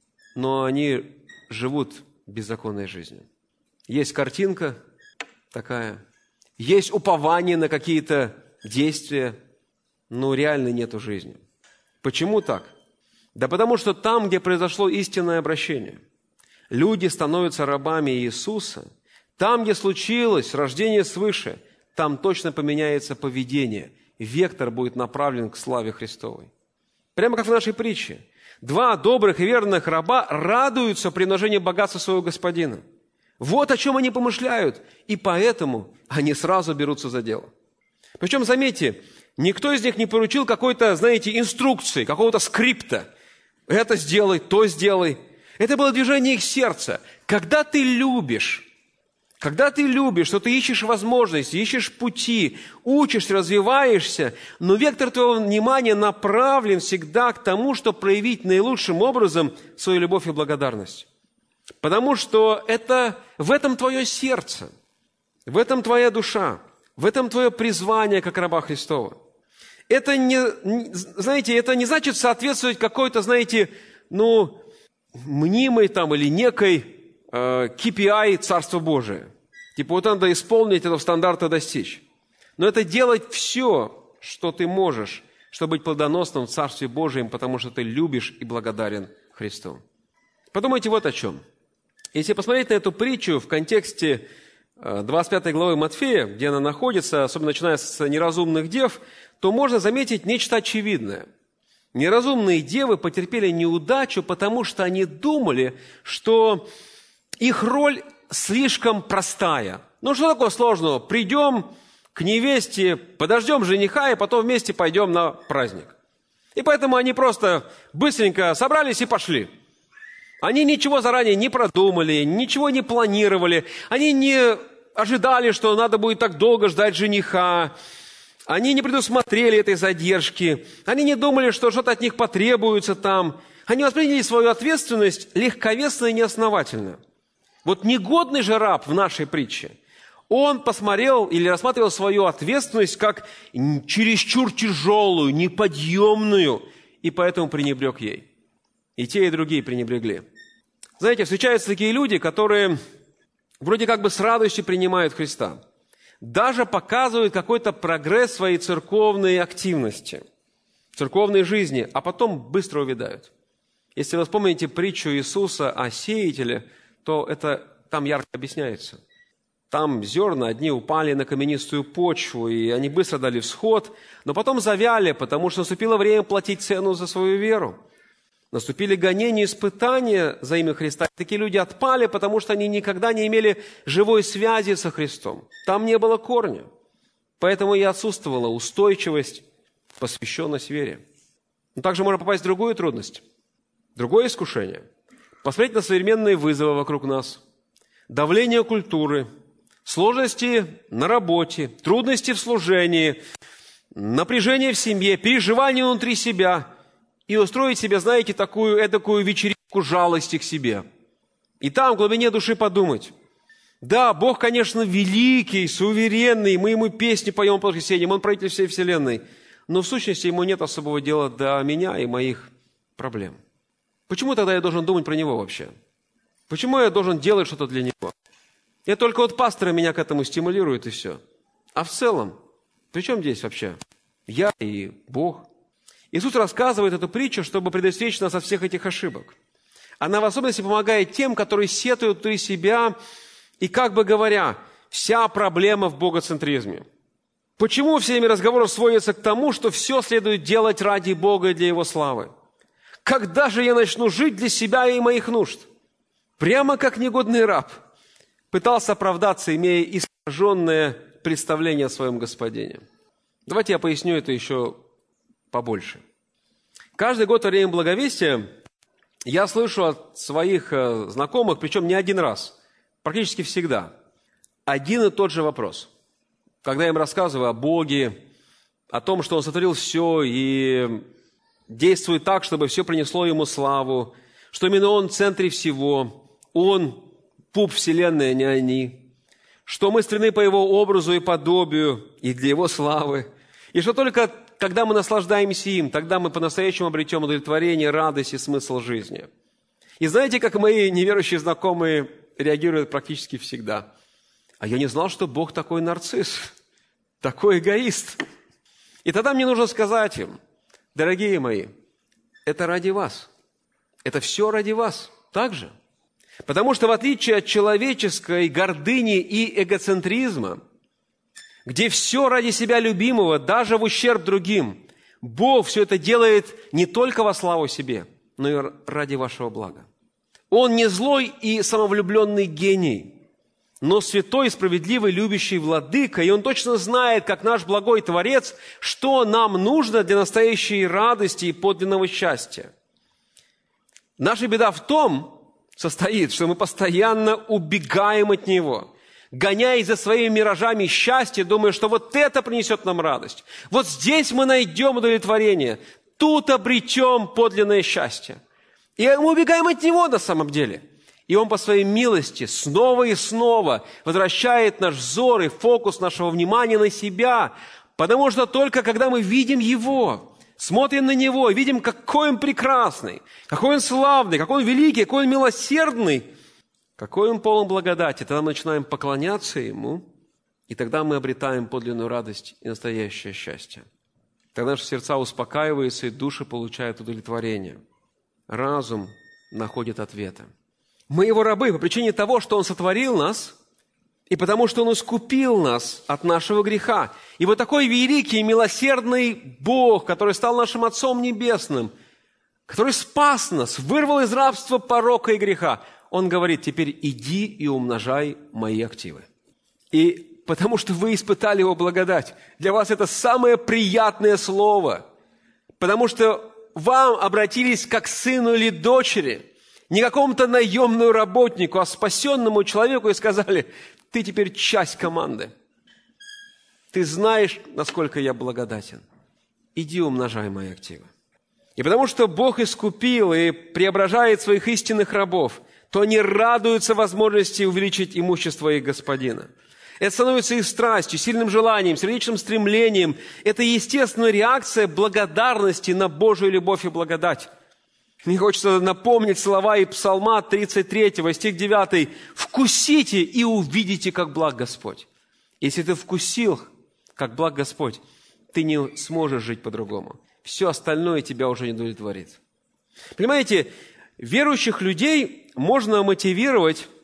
но они живут беззаконной жизнью. Есть картинка такая, есть упование на какие-то действия, но реально нету жизни. Почему так? Да потому что там, где произошло истинное обращение, люди становятся рабами Иисуса. Там, где случилось рождение свыше, там точно поменяется поведение. Вектор будет направлен к славе Христовой. Прямо как в нашей притче. Два добрых и верных раба радуются при множении богатства своего господина. Вот о чем они помышляют, и поэтому они сразу берутся за дело. Причем, заметьте, никто из них не поручил какой-то, знаете, инструкции, какого-то скрипта. Это сделай, то сделай. Это было движение их сердца. Когда ты любишь, когда ты любишь, что ты ищешь возможности, ищешь пути, учишься, развиваешься, но вектор твоего внимания направлен всегда к тому, чтобы проявить наилучшим образом свою любовь и благодарность. Потому что это, в этом твое сердце, в этом твоя душа, в этом твое призвание, как раба Христова. Это не, знаете, это не значит соответствовать какой-то, знаете, ну, мнимой там или некой кей пи ай Царства Божия. Типа вот надо исполнить этого стандарта, достичь. Но это делать все, что ты можешь, чтобы быть плодоносным в Царстве Божьем, потому что ты любишь и благодарен Христу. Подумайте вот о чем. Если посмотреть на эту притчу в контексте двадцать пятой главы Матфея, где она находится, особенно начиная с неразумных дев, то можно заметить нечто очевидное. Неразумные девы потерпели неудачу, потому что они думали, что их роль слишком простая. Ну, что такое сложного? Придем к невесте, подождем жениха, и потом вместе пойдем на праздник. И поэтому они просто быстренько собрались и пошли. Они ничего заранее не продумали, ничего не планировали. Они не ожидали, что надо будет так долго ждать жениха. Они не предусмотрели этой задержки. Они не думали, что что-то от них потребуется там. Они восприняли свою ответственность легковесно и неосновательно. Вот негодный же раб в нашей притче, он посмотрел или рассматривал свою ответственность как чересчур тяжелую, неподъемную, и поэтому пренебрег ей. И те, и другие пренебрегли. Знаете, встречаются такие люди, которые вроде как бы с радостью принимают Христа. Даже показывают какой-то прогресс своей церковной активности, церковной жизни, а потом быстро увядают. Если вы вспомните притчу Иисуса о сеятеле, то это там ярко объясняется. Там зерна одни упали на каменистую почву, и они быстро дали всход, но потом завяли, потому что наступило время платить цену за свою веру. Наступили гонения и испытания за имя Христа. Такие люди отпали, потому что они никогда не имели живой связи со Христом. Там не было корня. Поэтому и отсутствовала устойчивость, посвященность вере. Но также можно попасть в другую трудность, другое искушение. Посмотреть на современные вызовы вокруг нас, давление культуры, сложности на работе, трудности в служении, напряжение в семье, переживания внутри себя и устроить себе, знаете, такую эдакую вечеринку жалости к себе. И там в глубине души подумать: да, Бог, конечно, великий, суверенный, мы Ему песни поем по воскресеньям, Он правитель всей вселенной, но в сущности Ему нет особого дела до меня и моих проблем. Почему тогда я должен думать про Него вообще? Почему я должен делать что-то для Него? И только вот пасторы меня к этому стимулируют, и все. А в целом, при чем здесь вообще я и Бог? Иисус рассказывает эту притчу, чтобы предостеречь нас от всех этих ошибок. Она в особенности помогает тем, которые сетуют внутри себя и, как бы говоря, вся проблема в богоцентризме. Почему все эти разговоры сводятся к тому, что все следует делать ради Бога и для Его славы? Когда же я начну жить для себя и моих нужд? Прямо как негодный раб пытался оправдаться, имея искаженное представление о своем господине. Давайте я поясню это еще побольше. Каждый год во время Благовестия я слышу от своих знакомых, причем не один раз, практически всегда, один и тот же вопрос. Когда я им рассказываю о Боге, о том, что Он сотворил все и действует так, чтобы все принесло Ему славу, что именно Он в центре всего, Он пуп вселенной, а не они, что мы створены по Его образу и подобию и для Его славы, и что только когда мы наслаждаемся им, тогда мы по-настоящему обретем удовлетворение, радость и смысл жизни. И знаете, как мои неверующие знакомые реагируют практически всегда? А я не знал, что Бог такой нарцисс, такой эгоист. И тогда мне нужно сказать им: дорогие мои, это ради вас. Это все ради вас. Так же? Потому что в отличие от человеческой гордыни и эгоцентризма, где все ради себя любимого, даже в ущерб другим, Бог все это делает не только во славу себе, но и ради вашего блага. Он не злой и самовлюбленный гений, но святой, справедливый, любящий владыка, и Он точно знает, как наш благой Творец, что нам нужно для настоящей радости и подлинного счастья. Наша беда в том состоит, что мы постоянно убегаем от Него, гоняясь за своими миражами счастья, думая, что вот это принесет нам радость. Вот здесь мы найдем удовлетворение, тут обретем подлинное счастье. И мы убегаем от Него на самом деле. И Он по своей милости снова и снова возвращает наш взор и фокус нашего внимания на себя, потому что только когда мы видим Его, смотрим на Него, видим, какой Он прекрасный, какой Он славный, какой Он великий, какой Он милосердный, какой Он полон благодати, тогда мы начинаем поклоняться Ему, и тогда мы обретаем подлинную радость и настоящее счастье. Тогда наши сердца успокаиваются, и души получают удовлетворение. Разум находит ответы. Мы Его рабы по причине того, что Он сотворил нас, и потому что Он искупил нас от нашего греха. И вот такой великий и милосердный Бог, который стал нашим Отцом Небесным, который спас нас, вырвал из рабства порока и греха, Он говорит: теперь иди и умножай мои активы. И потому что вы испытали Его благодать, для вас это самое приятное слово, потому что вам обратились как к сыну или дочери, не какому-то наемному работнику, а спасенному человеку, и сказали: ты теперь часть команды. Ты знаешь, насколько я благодатен. Иди умножай мои активы. И потому что Бог искупил и преображает своих истинных рабов, то они радуются возможности увеличить имущество их господина. Это становится их страстью, сильным желанием, сердечным стремлением. Это естественная реакция благодарности на Божию любовь и благодать. Мне хочется напомнить слова из Псалма тридцать третьего, стих девятый. «Вкусите и увидите, как благ Господь». Если ты вкусил, как благ Господь, ты не сможешь жить по-другому. Все остальное тебя уже не удовлетворит. Понимаете, верующих людей можно мотивировать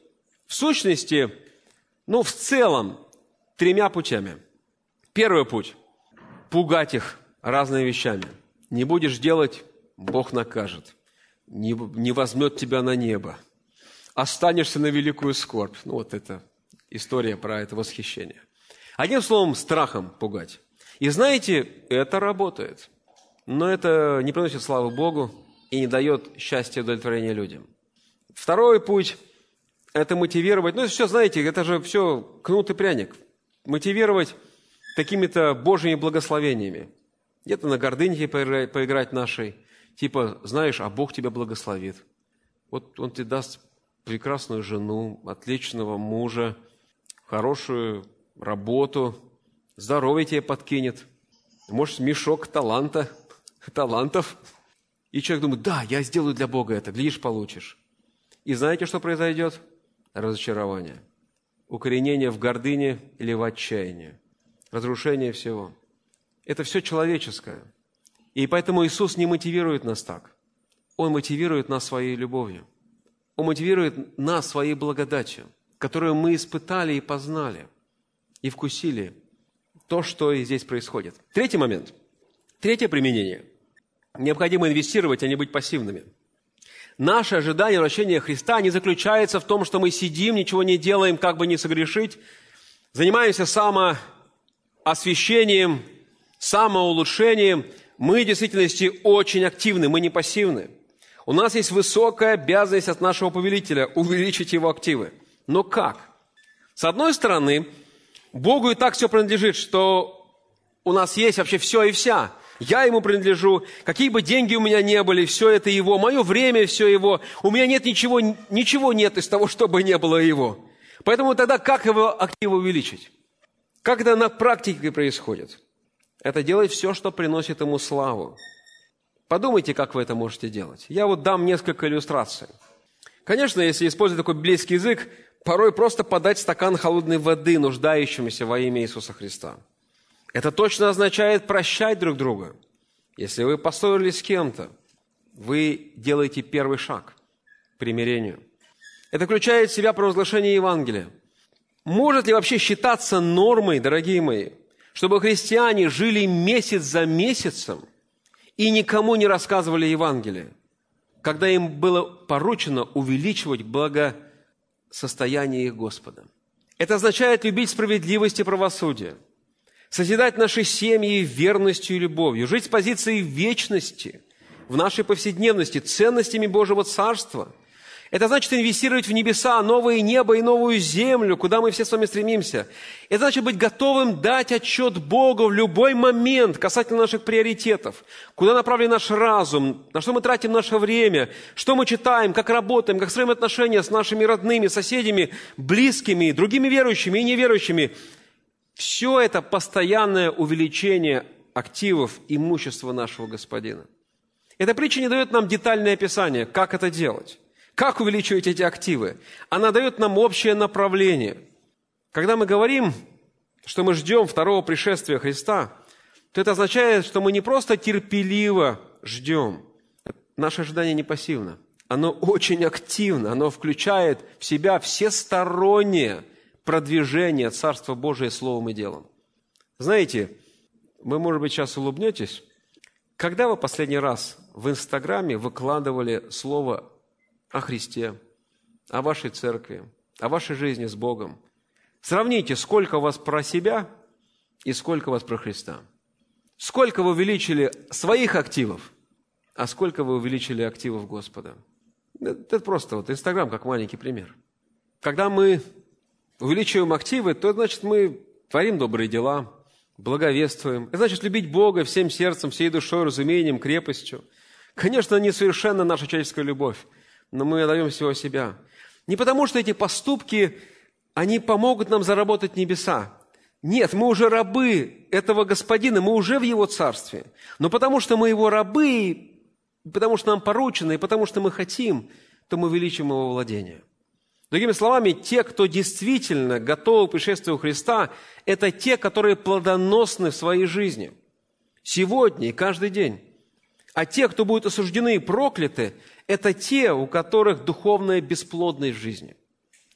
В сущности, ну, в целом, тремя путями. Первый путь – пугать их разными вещами. Не будешь делать – Бог накажет. Не, не возьмет тебя на небо. Останешься на великую скорбь. Ну, вот это история про это восхищение. Одним словом, страхом пугать. И знаете, это работает. Но это не приносит славы Богу и не дает счастья и удовлетворения людям. Второй путь – это мотивировать. Ну, все, знаете, это же все кнут и пряник. Мотивировать какими-то Божьими благословениями. Где-то на гордыньке поиграть, поиграть нашей. Типа, знаешь, а Бог тебя благословит. Вот Он тебе даст прекрасную жену, отличного мужа, хорошую работу, здоровье тебе подкинет. Может, мешок таланта, талантов. И человек думает, да, я сделаю для Бога это, глядишь, получишь. И знаете, что произойдет? Разочарование. Укоренение в гордыне или в отчаянии. Разрушение всего. Это все человеческое. И поэтому Иисус не мотивирует нас так. Он мотивирует нас своей любовью. Он мотивирует нас своей благодатью, которую мы испытали и познали, и вкусили то, что и здесь происходит. Третий момент. Третье применение. Необходимо инвестировать, а не быть пассивными. Наше ожидание вращения Христа не заключается в том, что мы сидим, ничего не делаем, как бы не согрешить, занимаемся самоосвящением, самоулучшением. Мы в действительности очень активны, мы не пассивны. У нас есть высокая обязанность от нашего повелителя увеличить его активы. Но как? С одной стороны, Богу и так все принадлежит, что у нас есть вообще все и вся. Я Ему принадлежу, какие бы деньги у меня не были, все это Его, мое время все Его. У меня нет ничего, ничего нет из того, что бы не было Его. Поэтому тогда как его активы увеличить? Как это на практике происходит? Это делать все, что приносит Ему славу. Подумайте, как вы это можете делать. Я вот дам несколько иллюстраций. Конечно, если использовать такой библейский язык, порой просто подать стакан холодной воды нуждающимся во имя Иисуса Христа. Это точно означает прощать друг друга. Если вы поссорились с кем-то, вы делаете первый шаг к примирению. Это включает в себя провозглашение Евангелия. Может ли вообще считаться нормой, дорогие мои, чтобы христиане жили месяц за месяцем и никому не рассказывали Евангелие, когда им было поручено увеличивать благосостояние их Господа? Это означает любить справедливость и правосудие, созидать наши семьи верностью и любовью, жить с позиции вечности в нашей повседневности, ценностями Божьего Царства. Это значит инвестировать в небеса, новое небо и новую землю, куда мы все с вами стремимся. Это значит быть готовым дать отчет Богу в любой момент касательно наших приоритетов, куда направлен наш разум, на что мы тратим наше время, что мы читаем, как работаем, как строим отношения с нашими родными, соседями, близкими, другими верующими и неверующими. Все это постоянное увеличение активов имущества нашего Господина. Эта притча не дает нам детальное описание, как это делать, как увеличивать эти активы. Она дает нам общее направление. Когда мы говорим, что мы ждем второго пришествия Христа, то это означает, что мы не просто терпеливо ждем. Наше ожидание не пассивно. Оно очень активно, оно включает в себя всестороннее продвижение Царства Божия словом и делом. Знаете, вы, может быть, сейчас улыбнетесь. Когда вы последний раз в Инстаграме выкладывали слово о Христе, о вашей церкви, о вашей жизни с Богом? Сравните, сколько у вас про себя и сколько у вас про Христа. Сколько вы увеличили своих активов, а сколько вы увеличили активов Господа. Это просто вот Инстаграм как маленький пример. Когда мы увеличиваем активы, то значит мы творим добрые дела, благовествуем. Это значит любить Бога всем сердцем, всей душой, разумением, крепостью. Конечно, несовершенна наша человеческая любовь, но мы отдаем всего себя. Не потому, что эти поступки, они помогут нам заработать небеса. Нет, мы уже рабы этого Господина, мы уже в Его Царстве. Но потому, что мы Его рабы, потому что нам поручено, и потому, что мы хотим, то мы увеличим Его владение. Другими словами, те, кто действительно готовы к пришествию Христа, это те, которые плодоносны в своей жизни. Сегодня и каждый день. А те, кто будут осуждены и прокляты, это те, у которых духовная бесплодность в жизни.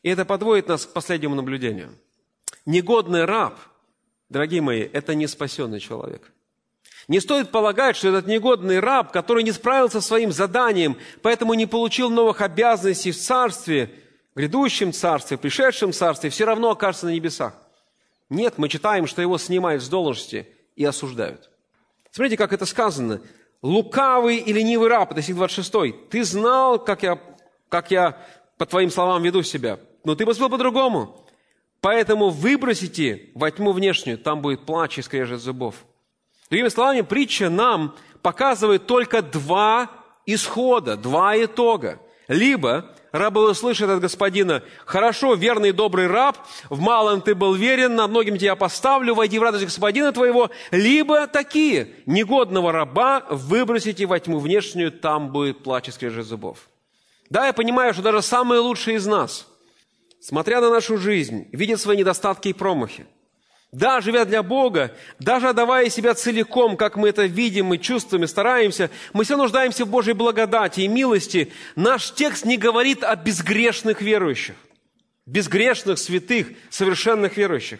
И это подводит нас к последнему наблюдению. Негодный раб, дорогие мои, это не спасенный человек. Не стоит полагать, что этот негодный раб, который не справился со своим заданием, поэтому не получил новых обязанностей в царстве, в грядущем царстве, в пришедшем царстве, все равно окажется на небесах. Нет, мы читаем, что его снимают с должности и осуждают. Смотрите, как это сказано. «Лукавый и ленивый раб», это стих двадцать шестой. «Ты знал, как я, как я по твоим словам веду себя, но ты поступил по-другому. Поэтому выбросите во тьму внешнюю, там будет плач и скрежет зубов». Другими словами, притча нам показывает только два исхода, два итога. Либо рабы услышат от господина: «Хорошо, верный и добрый раб, в малом ты был верен, над многим тебя поставлю, войди в радость господина твоего». Либо такие: негодного раба выбросите во тьму внешнюю, там будет плач и скрежет зубов. Да, я понимаю, что даже самые лучшие из нас, смотря на нашу жизнь, видят свои недостатки и промахи. Да, живя для Бога, даже отдавая себя целиком, как мы это видим и чувствуем, и стараемся, мы все нуждаемся в Божьей благодати и милости. Наш текст не говорит о безгрешных верующих, безгрешных, святых, совершенных верующих.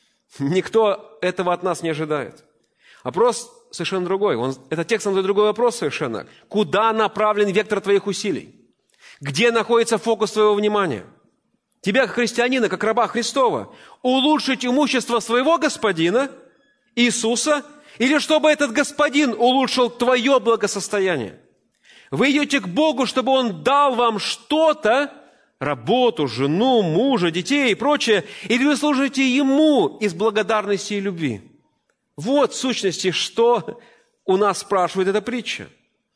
Никто этого от нас не ожидает. Вопрос совершенно другой. Он, этот текст задает другой вопрос совершенно. Куда направлен вектор твоих усилий? Где находится фокус твоего внимания? Тебя, как христианина, как раба Христова, улучшить имущество своего господина, Иисуса, или чтобы этот господин улучшил твое благосостояние? Вы идете к Богу, чтобы Он дал вам что-то, работу, жену, мужа, детей и прочее, или вы служите Ему из благодарности и любви? Вот в сущности, что у нас спрашивает эта притча.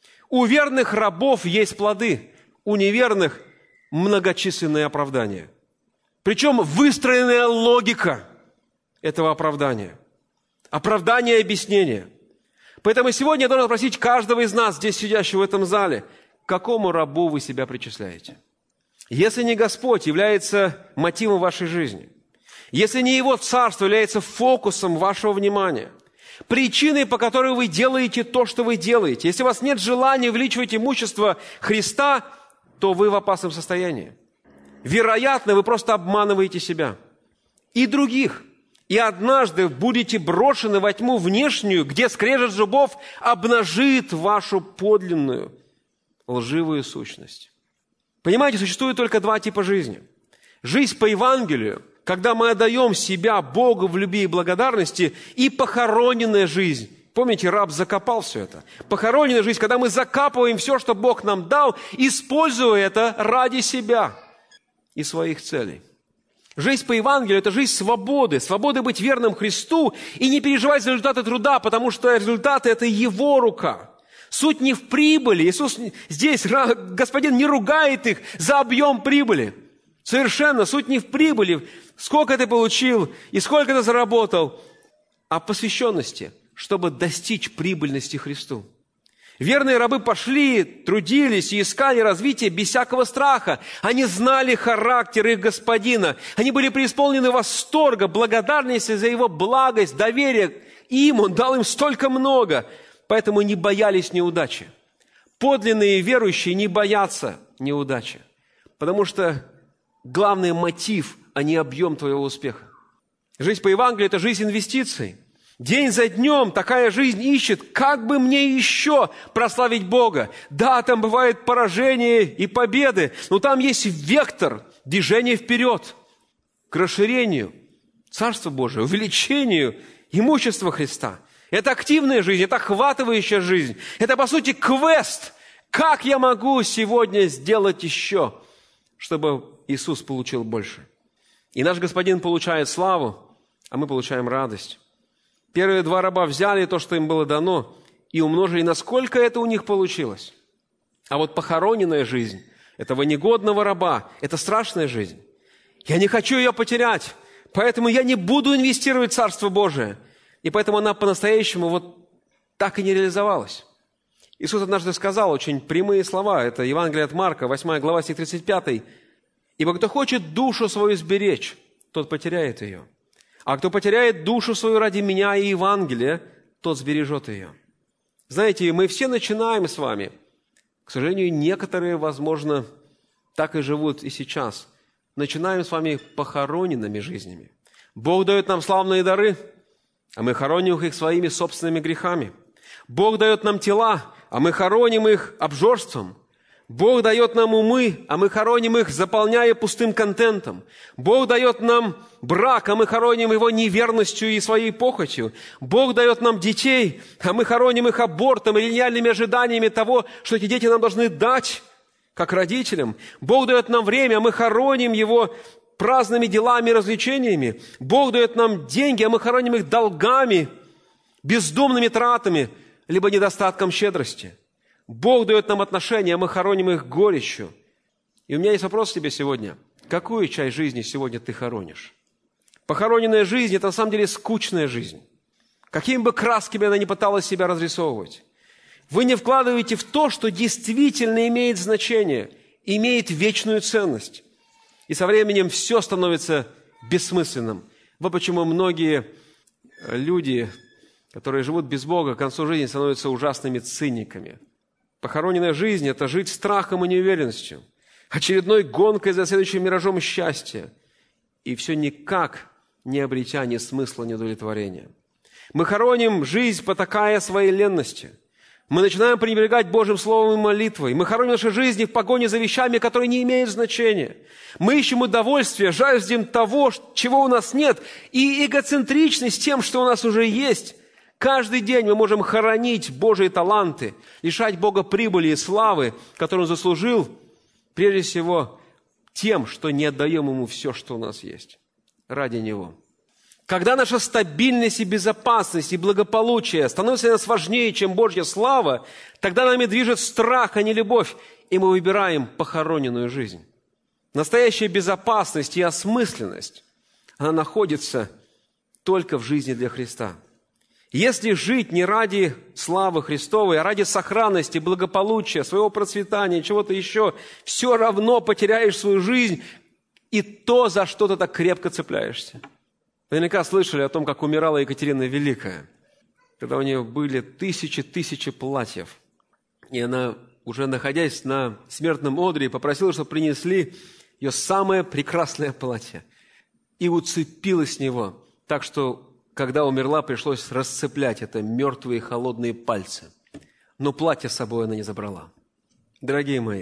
У верных рабов есть плоды, у неверных многочисленные оправдания. Причем выстроенная логика этого оправдания. Оправдание и объяснение. Поэтому сегодня я должен спросить каждого из нас, здесь сидящего в этом зале, к какому рабу вы себя причисляете? Если не Господь является мотивом вашей жизни, если не Его Царство является фокусом вашего внимания, причиной, по которой вы делаете то, что вы делаете, если у вас нет желания увеличивать имущество Христа, то вы в опасном состоянии. Вероятно, вы просто обманываете себя и других. И однажды будете брошены во тьму внешнюю, где скрежет зубов обнажит вашу подлинную лживую сущность. Понимаете, существует только два типа жизни. Жизнь по Евангелию, когда мы отдаем себя Богу в любви и благодарности, и похороненная жизнь. Помните, раб закопал все это. Похороненная жизнь, когда мы закапываем все, что Бог нам дал, используя это ради себя и своих целей. Жизнь по Евангелию – это жизнь свободы, свободы быть верным Христу и не переживать за результаты труда, потому что результаты – это Его рука. Суть не в прибыли. Иисус здесь, Господин не ругает их за объем прибыли. Совершенно суть не в прибыли, сколько ты получил и сколько ты заработал, а в посвященности, чтобы достичь прибыльности Христу. Верные рабы пошли, трудились и искали развитие без всякого страха. Они знали характер их господина. Они были преисполнены восторга, благодарности за его благость, доверие им. Он дал им столько много, поэтому не боялись неудачи. Подлинные верующие не боятся неудачи, потому что главный мотив, а не объем твоего успеха. Жизнь по Евангелию – это жизнь инвестиций. День за днем такая жизнь ищет, как бы мне еще прославить Бога. Да, там бывают поражения и победы, но там есть вектор движения вперед, к расширению Царства Божия, увеличению имущества Христа. Это активная жизнь, это охватывающая жизнь. Это, по сути, квест. Как я могу сегодня сделать еще, чтобы Иисус получил больше? И наш Господин получает славу, а мы получаем радость. Первые два раба взяли то, что им было дано, и умножили, насколько это у них получилось. А вот похороненная жизнь этого негодного раба – это страшная жизнь. Я не хочу ее потерять, поэтому я не буду инвестировать в Царство Божие. И поэтому она по-настоящему вот так и не реализовалась. Иисус однажды сказал очень прямые слова. Это Евангелие от Марка, восьмая глава, стих тридцать пятый. «Ибо кто хочет душу свою сберечь, тот потеряет ее. А кто потеряет душу свою ради меня и Евангелия, тот сбережет ее». Знаете, мы все начинаем с вами. К сожалению, некоторые, возможно, так и живут и сейчас. начинаем с вами похороненными жизнями. Бог дает нам славные дары, а мы хороним их своими собственными грехами. Бог дает нам тела, а мы хороним их обжорством. Бог дает нам умы, а мы хороним их, заполняя пустым контентом. Бог дает нам брак, а мы хороним его неверностью и своей похотью. Бог дает нам детей, а мы хороним их абортом или нереальными ожиданиями того, что эти дети нам должны дать, как родителям. Бог дает нам время, а мы хороним его праздными делами и развлечениями. Бог дает нам деньги, а мы хороним их долгами, бездумными тратами, либо недостатком щедрости. Бог дает нам отношения, а мы хороним их горечью. И у меня есть вопрос к тебе сегодня. Какую часть жизни сегодня ты хоронишь? Похороненная жизнь – это на самом деле скучная жизнь. Какими бы красками она ни пыталась себя разрисовывать. Вы не вкладываете в то, что действительно имеет значение, имеет вечную ценность. И со временем все становится бессмысленным. Вот почему многие люди, которые живут без Бога, к концу жизни становятся ужасными циниками. Похороненная жизнь – это жить страхом и неуверенностью, очередной гонкой за следующим миражом счастья, и все никак не обретя ни смысла, ни удовлетворения. Мы хороним жизнь, потакая своей ленности. Мы начинаем пренебрегать Божьим Словом и молитвой. Мы хороним наши жизни в погоне за вещами, которые не имеют значения. Мы ищем удовольствие, жаждем того, чего у нас нет, и эгоцентричность тем, что у нас уже есть. Каждый день мы можем хоронить Божьи таланты, лишать Бога прибыли и славы, которую Он заслужил, прежде всего, тем, что не отдаем Ему все, что у нас есть, ради Него. Когда наша стабильность и безопасность и благополучие становятся для нас важнее, чем Божья слава, тогда нами движет страх, а не любовь, и мы выбираем похороненную жизнь. Настоящая безопасность и осмысленность, она находится только в жизни для Христа. Если жить не ради славы Христовой, а ради сохранности, благополучия, своего процветания, чего-то еще, все равно потеряешь свою жизнь и то, за что ты так крепко цепляешься. Наверняка слышали о том, как умирала Екатерина Великая, когда у нее были тысячи-тысячи платьев. И она, уже находясь на смертном одре, попросила, чтобы принесли ее самое прекрасное платье. И уцепилась с него, так что когда умерла, пришлось расцеплять это мертвые холодные пальцы. Но платье с собой она не забрала. Дорогие мои,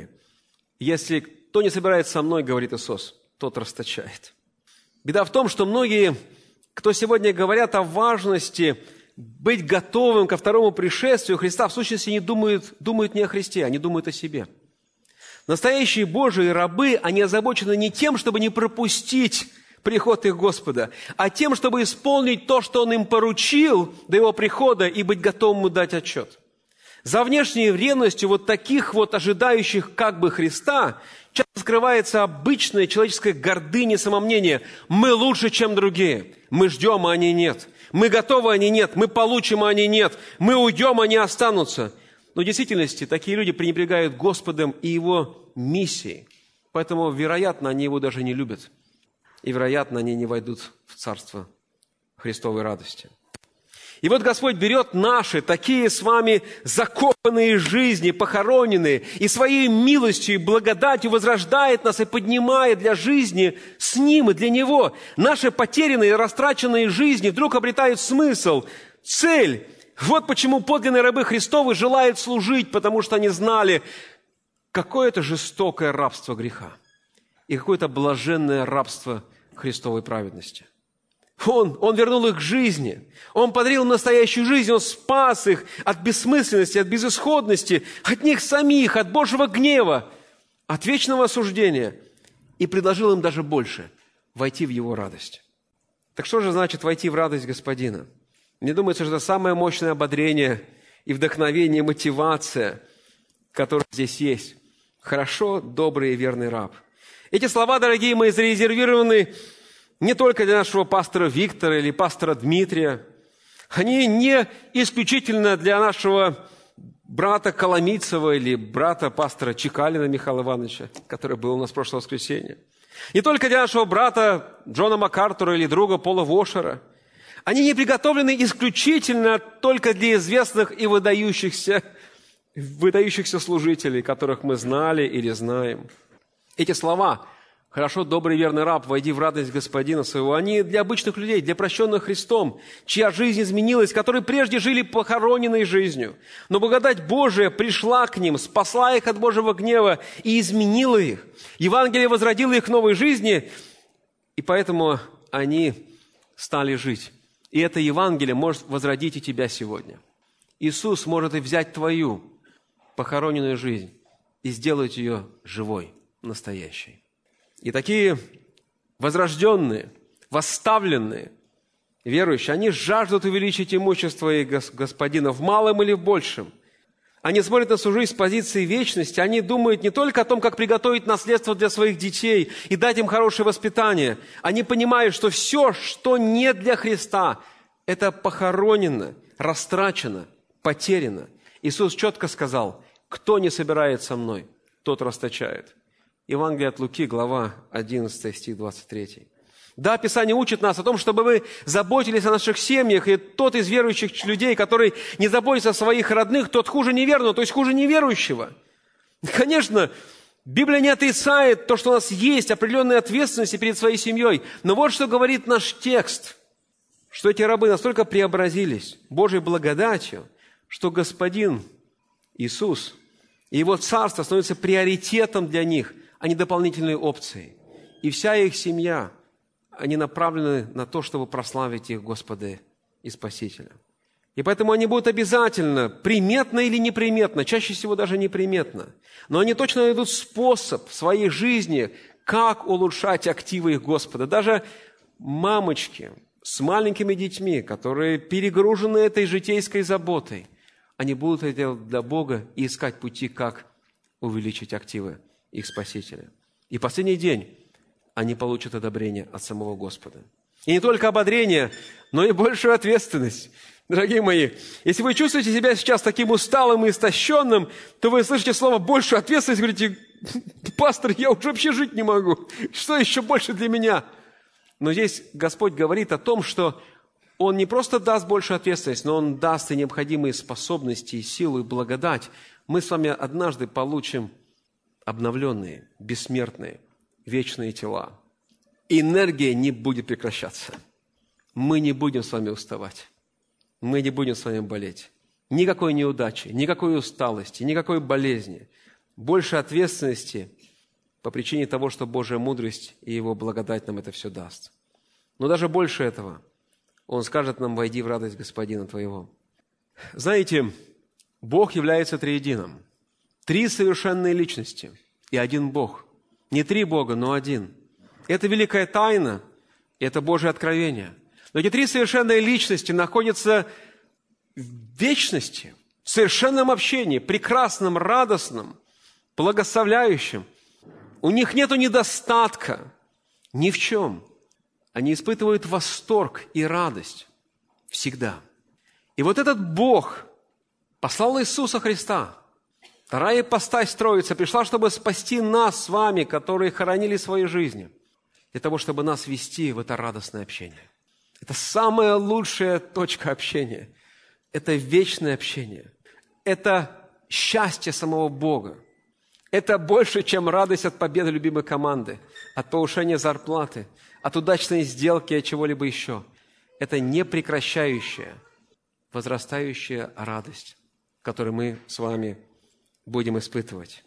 если кто не собирается со мной, говорит Иисус, тот расточает. Беда в том, что многие, кто сегодня говорят о важности быть готовым ко второму пришествию Христа, в сущности не думают, думают не о Христе, они думают о себе. Настоящие Божьи рабы, они озабочены не тем, чтобы не пропустить приход их Господа, а тем, чтобы исполнить то, что Он им поручил до Его прихода и быть готовым Ему дать отчет. За внешней ревностью вот таких вот ожидающих как бы Христа часто скрывается обычная человеческая гордыня и самомнение. Мы лучше, чем другие. Мы ждем, а они нет. Мы готовы, а они нет. Мы получим, а они нет. Мы уйдем, а они останутся. Но в действительности такие люди пренебрегают Господом и Его миссией. Поэтому, вероятно, они Его даже не любят. И, вероятно, они не войдут в Царство Христовой радости. И вот Господь берет наши, такие с вами закопанные жизни, похороненные, и своей милостью и благодатью возрождает нас и поднимает для жизни с Ним и для Него. Наши потерянные и растраченные жизни вдруг обретают смысл, цель. Вот почему подлинные рабы Христовы желают служить, потому что они знали, какое это жестокое рабство греха и какое-то блаженное рабство Христовой праведности. Он, он вернул их к жизни. Он подарил им настоящую жизнь. Он спас их от бессмысленности, от безысходности, от них самих, от Божьего гнева, от вечного осуждения. И предложил им даже больше – войти в Его радость. Так что же значит войти в радость Господина? Мне думается, что это самое мощное ободрение и вдохновение, и мотивация, которая здесь есть. Хорошо, добрый и верный раб. Эти слова, дорогие мои, зарезервированы не только для нашего пастора Виктора или пастора Дмитрия. Они не исключительно для нашего брата Коломийцева или брата пастора Чекалина Михаила Ивановича, который был у нас в прошлое воскресенье. Не только для нашего брата Джона МакАртура или друга Пола Вошера. Они не приготовлены исключительно только для известных и выдающихся, выдающихся служителей, которых мы знали или знаем. Эти слова Хорошо, добрый верный раб, войди в радость Господина своего. Они для обычных людей, для прощенных Христом, чья жизнь изменилась, которые прежде жили похороненной жизнью. Но благодать Божия пришла к ним, спасла их от Божьего гнева и изменила их. Евангелие возродило их к новой жизни, и поэтому они стали жить. И это Евангелие может возродить и тебя сегодня. Иисус может и взять твою похороненную жизнь и сделать ее живой, настоящей. И такие возрожденные, восставленные, верующие, они жаждут увеличить имущество их Господина в малом или в большем. Они смотрят на свою жизнь с позиции вечности, они думают не только о том, как приготовить наследство для своих детей и дать им хорошее воспитание. Они понимают, что все, что не для Христа, это похоронено, растрачено, потеряно. Иисус четко сказал: кто не собирает со мной, тот расточает. Евангелие от Луки, глава одиннадцатая, стих двадцать третий. Да, Писание учит нас о том, чтобы мы заботились о наших семьях, и тот из верующих людей, который не заботится о своих родных, тот хуже неверного, то есть хуже неверующего. Конечно, Библия не отрицает то, что у нас есть определенные ответственности перед своей семьей, но вот что говорит наш текст, что эти рабы настолько преобразились Божьей благодатью, что Господин Иисус и Его Царство становится приоритетом для них, а не дополнительной опцией. И вся их семья, они направлены на то, чтобы прославить их Господа и Спасителя. И поэтому они будут обязательно, приметно или неприметно, чаще всего даже неприметно, но они точно найдут способ в своей жизни, как улучшать активы их Господа. Даже мамочки с маленькими детьми, которые перегружены этой житейской заботой, они будут это делать для Бога и искать пути, как увеличить активы их Спасителя. И последний день они получат одобрение от самого Господа. И не только ободрение, но и большую ответственность. Дорогие мои, если вы чувствуете себя сейчас таким усталым и истощенным, то вы слышите слово «большую ответственность», говорите: пастор, я уже вообще жить не могу. Что еще больше для меня? Но здесь Господь говорит о том, что Он не просто даст большую ответственность, но Он даст и необходимые способности, и силу, и благодать. Мы с вами однажды получим обновленные, бессмертные, вечные тела. И энергия не будет прекращаться. Мы не будем с вами уставать. Мы не будем с вами болеть. Никакой неудачи, никакой усталости, никакой болезни. Больше ответственности по причине того, что Божья мудрость и Его благодать нам это все даст. Но даже больше этого. Он скажет нам: «Войди в радость Господина твоего». Знаете, Бог является триединым. Три совершенные личности и один Бог. Не три Бога, но один. Это великая тайна, это Божье откровение. Но эти три совершенные личности находятся в вечности, в совершенном общении, прекрасном, радостном, благословляющем. У них нет недостатка ни в чем. Они испытывают восторг и радость всегда. И вот этот Бог послал Иисуса Христа. Вторая ипостась Троицы пришла, чтобы спасти нас с вами, которые хоронили свои жизни, для того, чтобы нас ввести в это радостное общение. Это самая лучшая точка общения. Это вечное общение. Это счастье самого Бога. Это больше, чем радость от победы любимой команды, от повышения зарплаты, от удачной сделки, от чего-либо еще. Это непрекращающая, возрастающая радость, которую мы с вами будем испытывать.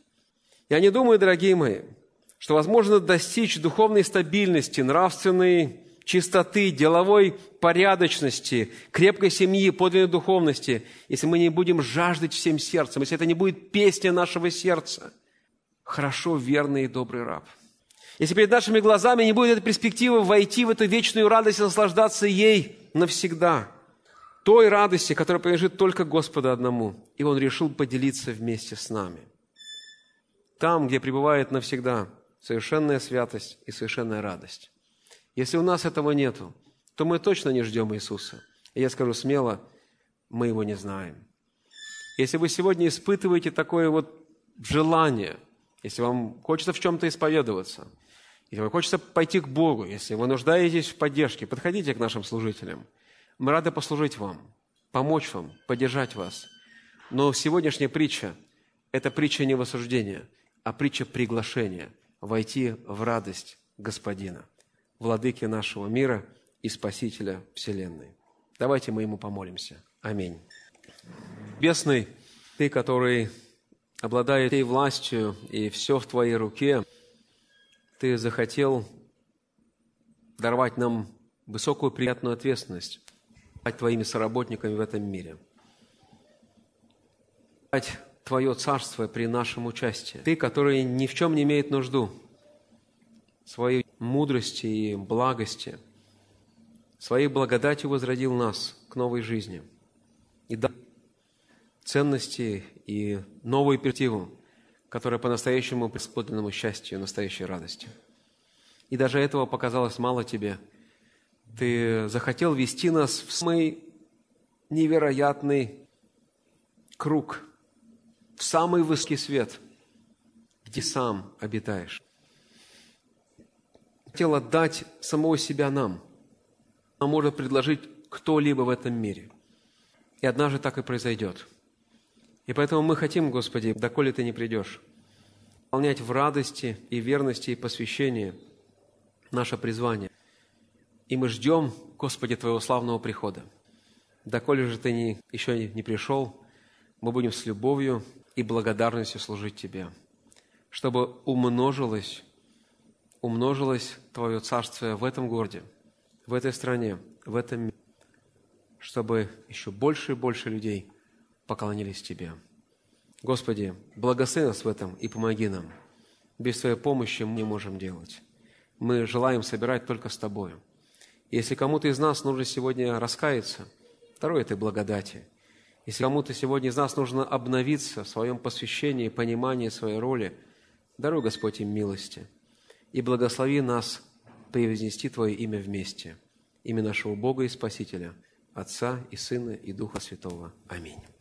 Я не думаю, дорогие мои, что возможно достичь духовной стабильности, нравственной чистоты, деловой порядочности, крепкой семьи, подлинной духовности, если мы не будем жаждать всем сердцем, если это не будет песня нашего сердца. Хорошо, верный и добрый раб. Если перед нашими глазами не будет этой перспективы войти в эту вечную радость и наслаждаться ей навсегда, той радости, которая принадлежит только Господу одному, и Он решил поделиться вместе с нами. Там, где пребывает навсегда совершенная святость и совершенная радость. Если у нас этого нету, то мы точно не ждем Иисуса. И я скажу смело, мы Его не знаем. Если вы сегодня испытываете такое вот желание, если вам хочется в чем-то исповедоваться, если вам хочется пойти к Богу, если вы нуждаетесь в поддержке, подходите к нашим служителям. Мы рады послужить вам, помочь вам, поддержать вас. Но сегодняшняя притча – это притча не в осуждении, а притча приглашения войти в радость Господина, Владыки нашего мира и Спасителя вселенной. Давайте мы Ему помолимся. Аминь. Небесный, Ты, который обладаешь Твоей властью, и все в Твоей руке, Ты захотел даровать нам высокую приятную ответственность, стать Твоими соработниками в этом мире, стать Твое царство при нашем участии. Ты, который ни в чем не имеет нужду, своей мудрости и благости, своей благодатью возродил нас к новой жизни и дал ценности и новую перспективу, которая по-настоящему к подлинному счастью и настоящей радости. И даже этого показалось мало Тебе. Ты захотел вести нас в самый невероятный круг, в самый высокий свет, где Сам обитаешь. Хотел отдать самого себя нам, а может предложить кто-либо в этом мире. И однажды так и произойдет. И поэтому мы хотим, Господи, доколе Ты не придешь, выполнять в радости и верности и посвящении наше призвание. И мы ждем, Господи, Твоего славного прихода. Доколе же Ты не, еще не пришел, мы будем с любовью и благодарностью служить Тебе, чтобы умножилось, умножилось Твое царствие в этом городе, в этой стране, в этом мире, чтобы еще больше и больше людей поклонились Тебе. Господи, благослови нас в этом и помоги нам. Без Твоей помощи мы не можем делать. Мы желаем собирать только с Тобою. Если кому-то из нас нужно сегодня раскаяться, даруй этой благодати. Если кому-то сегодня из нас нужно обновиться в своем посвящении и понимании своей роли, даруй, Господь, им милости. И благослови нас превознести Твое имя вместе. Имя нашего Бога и Спасителя, Отца и Сына и Духа Святого. Аминь.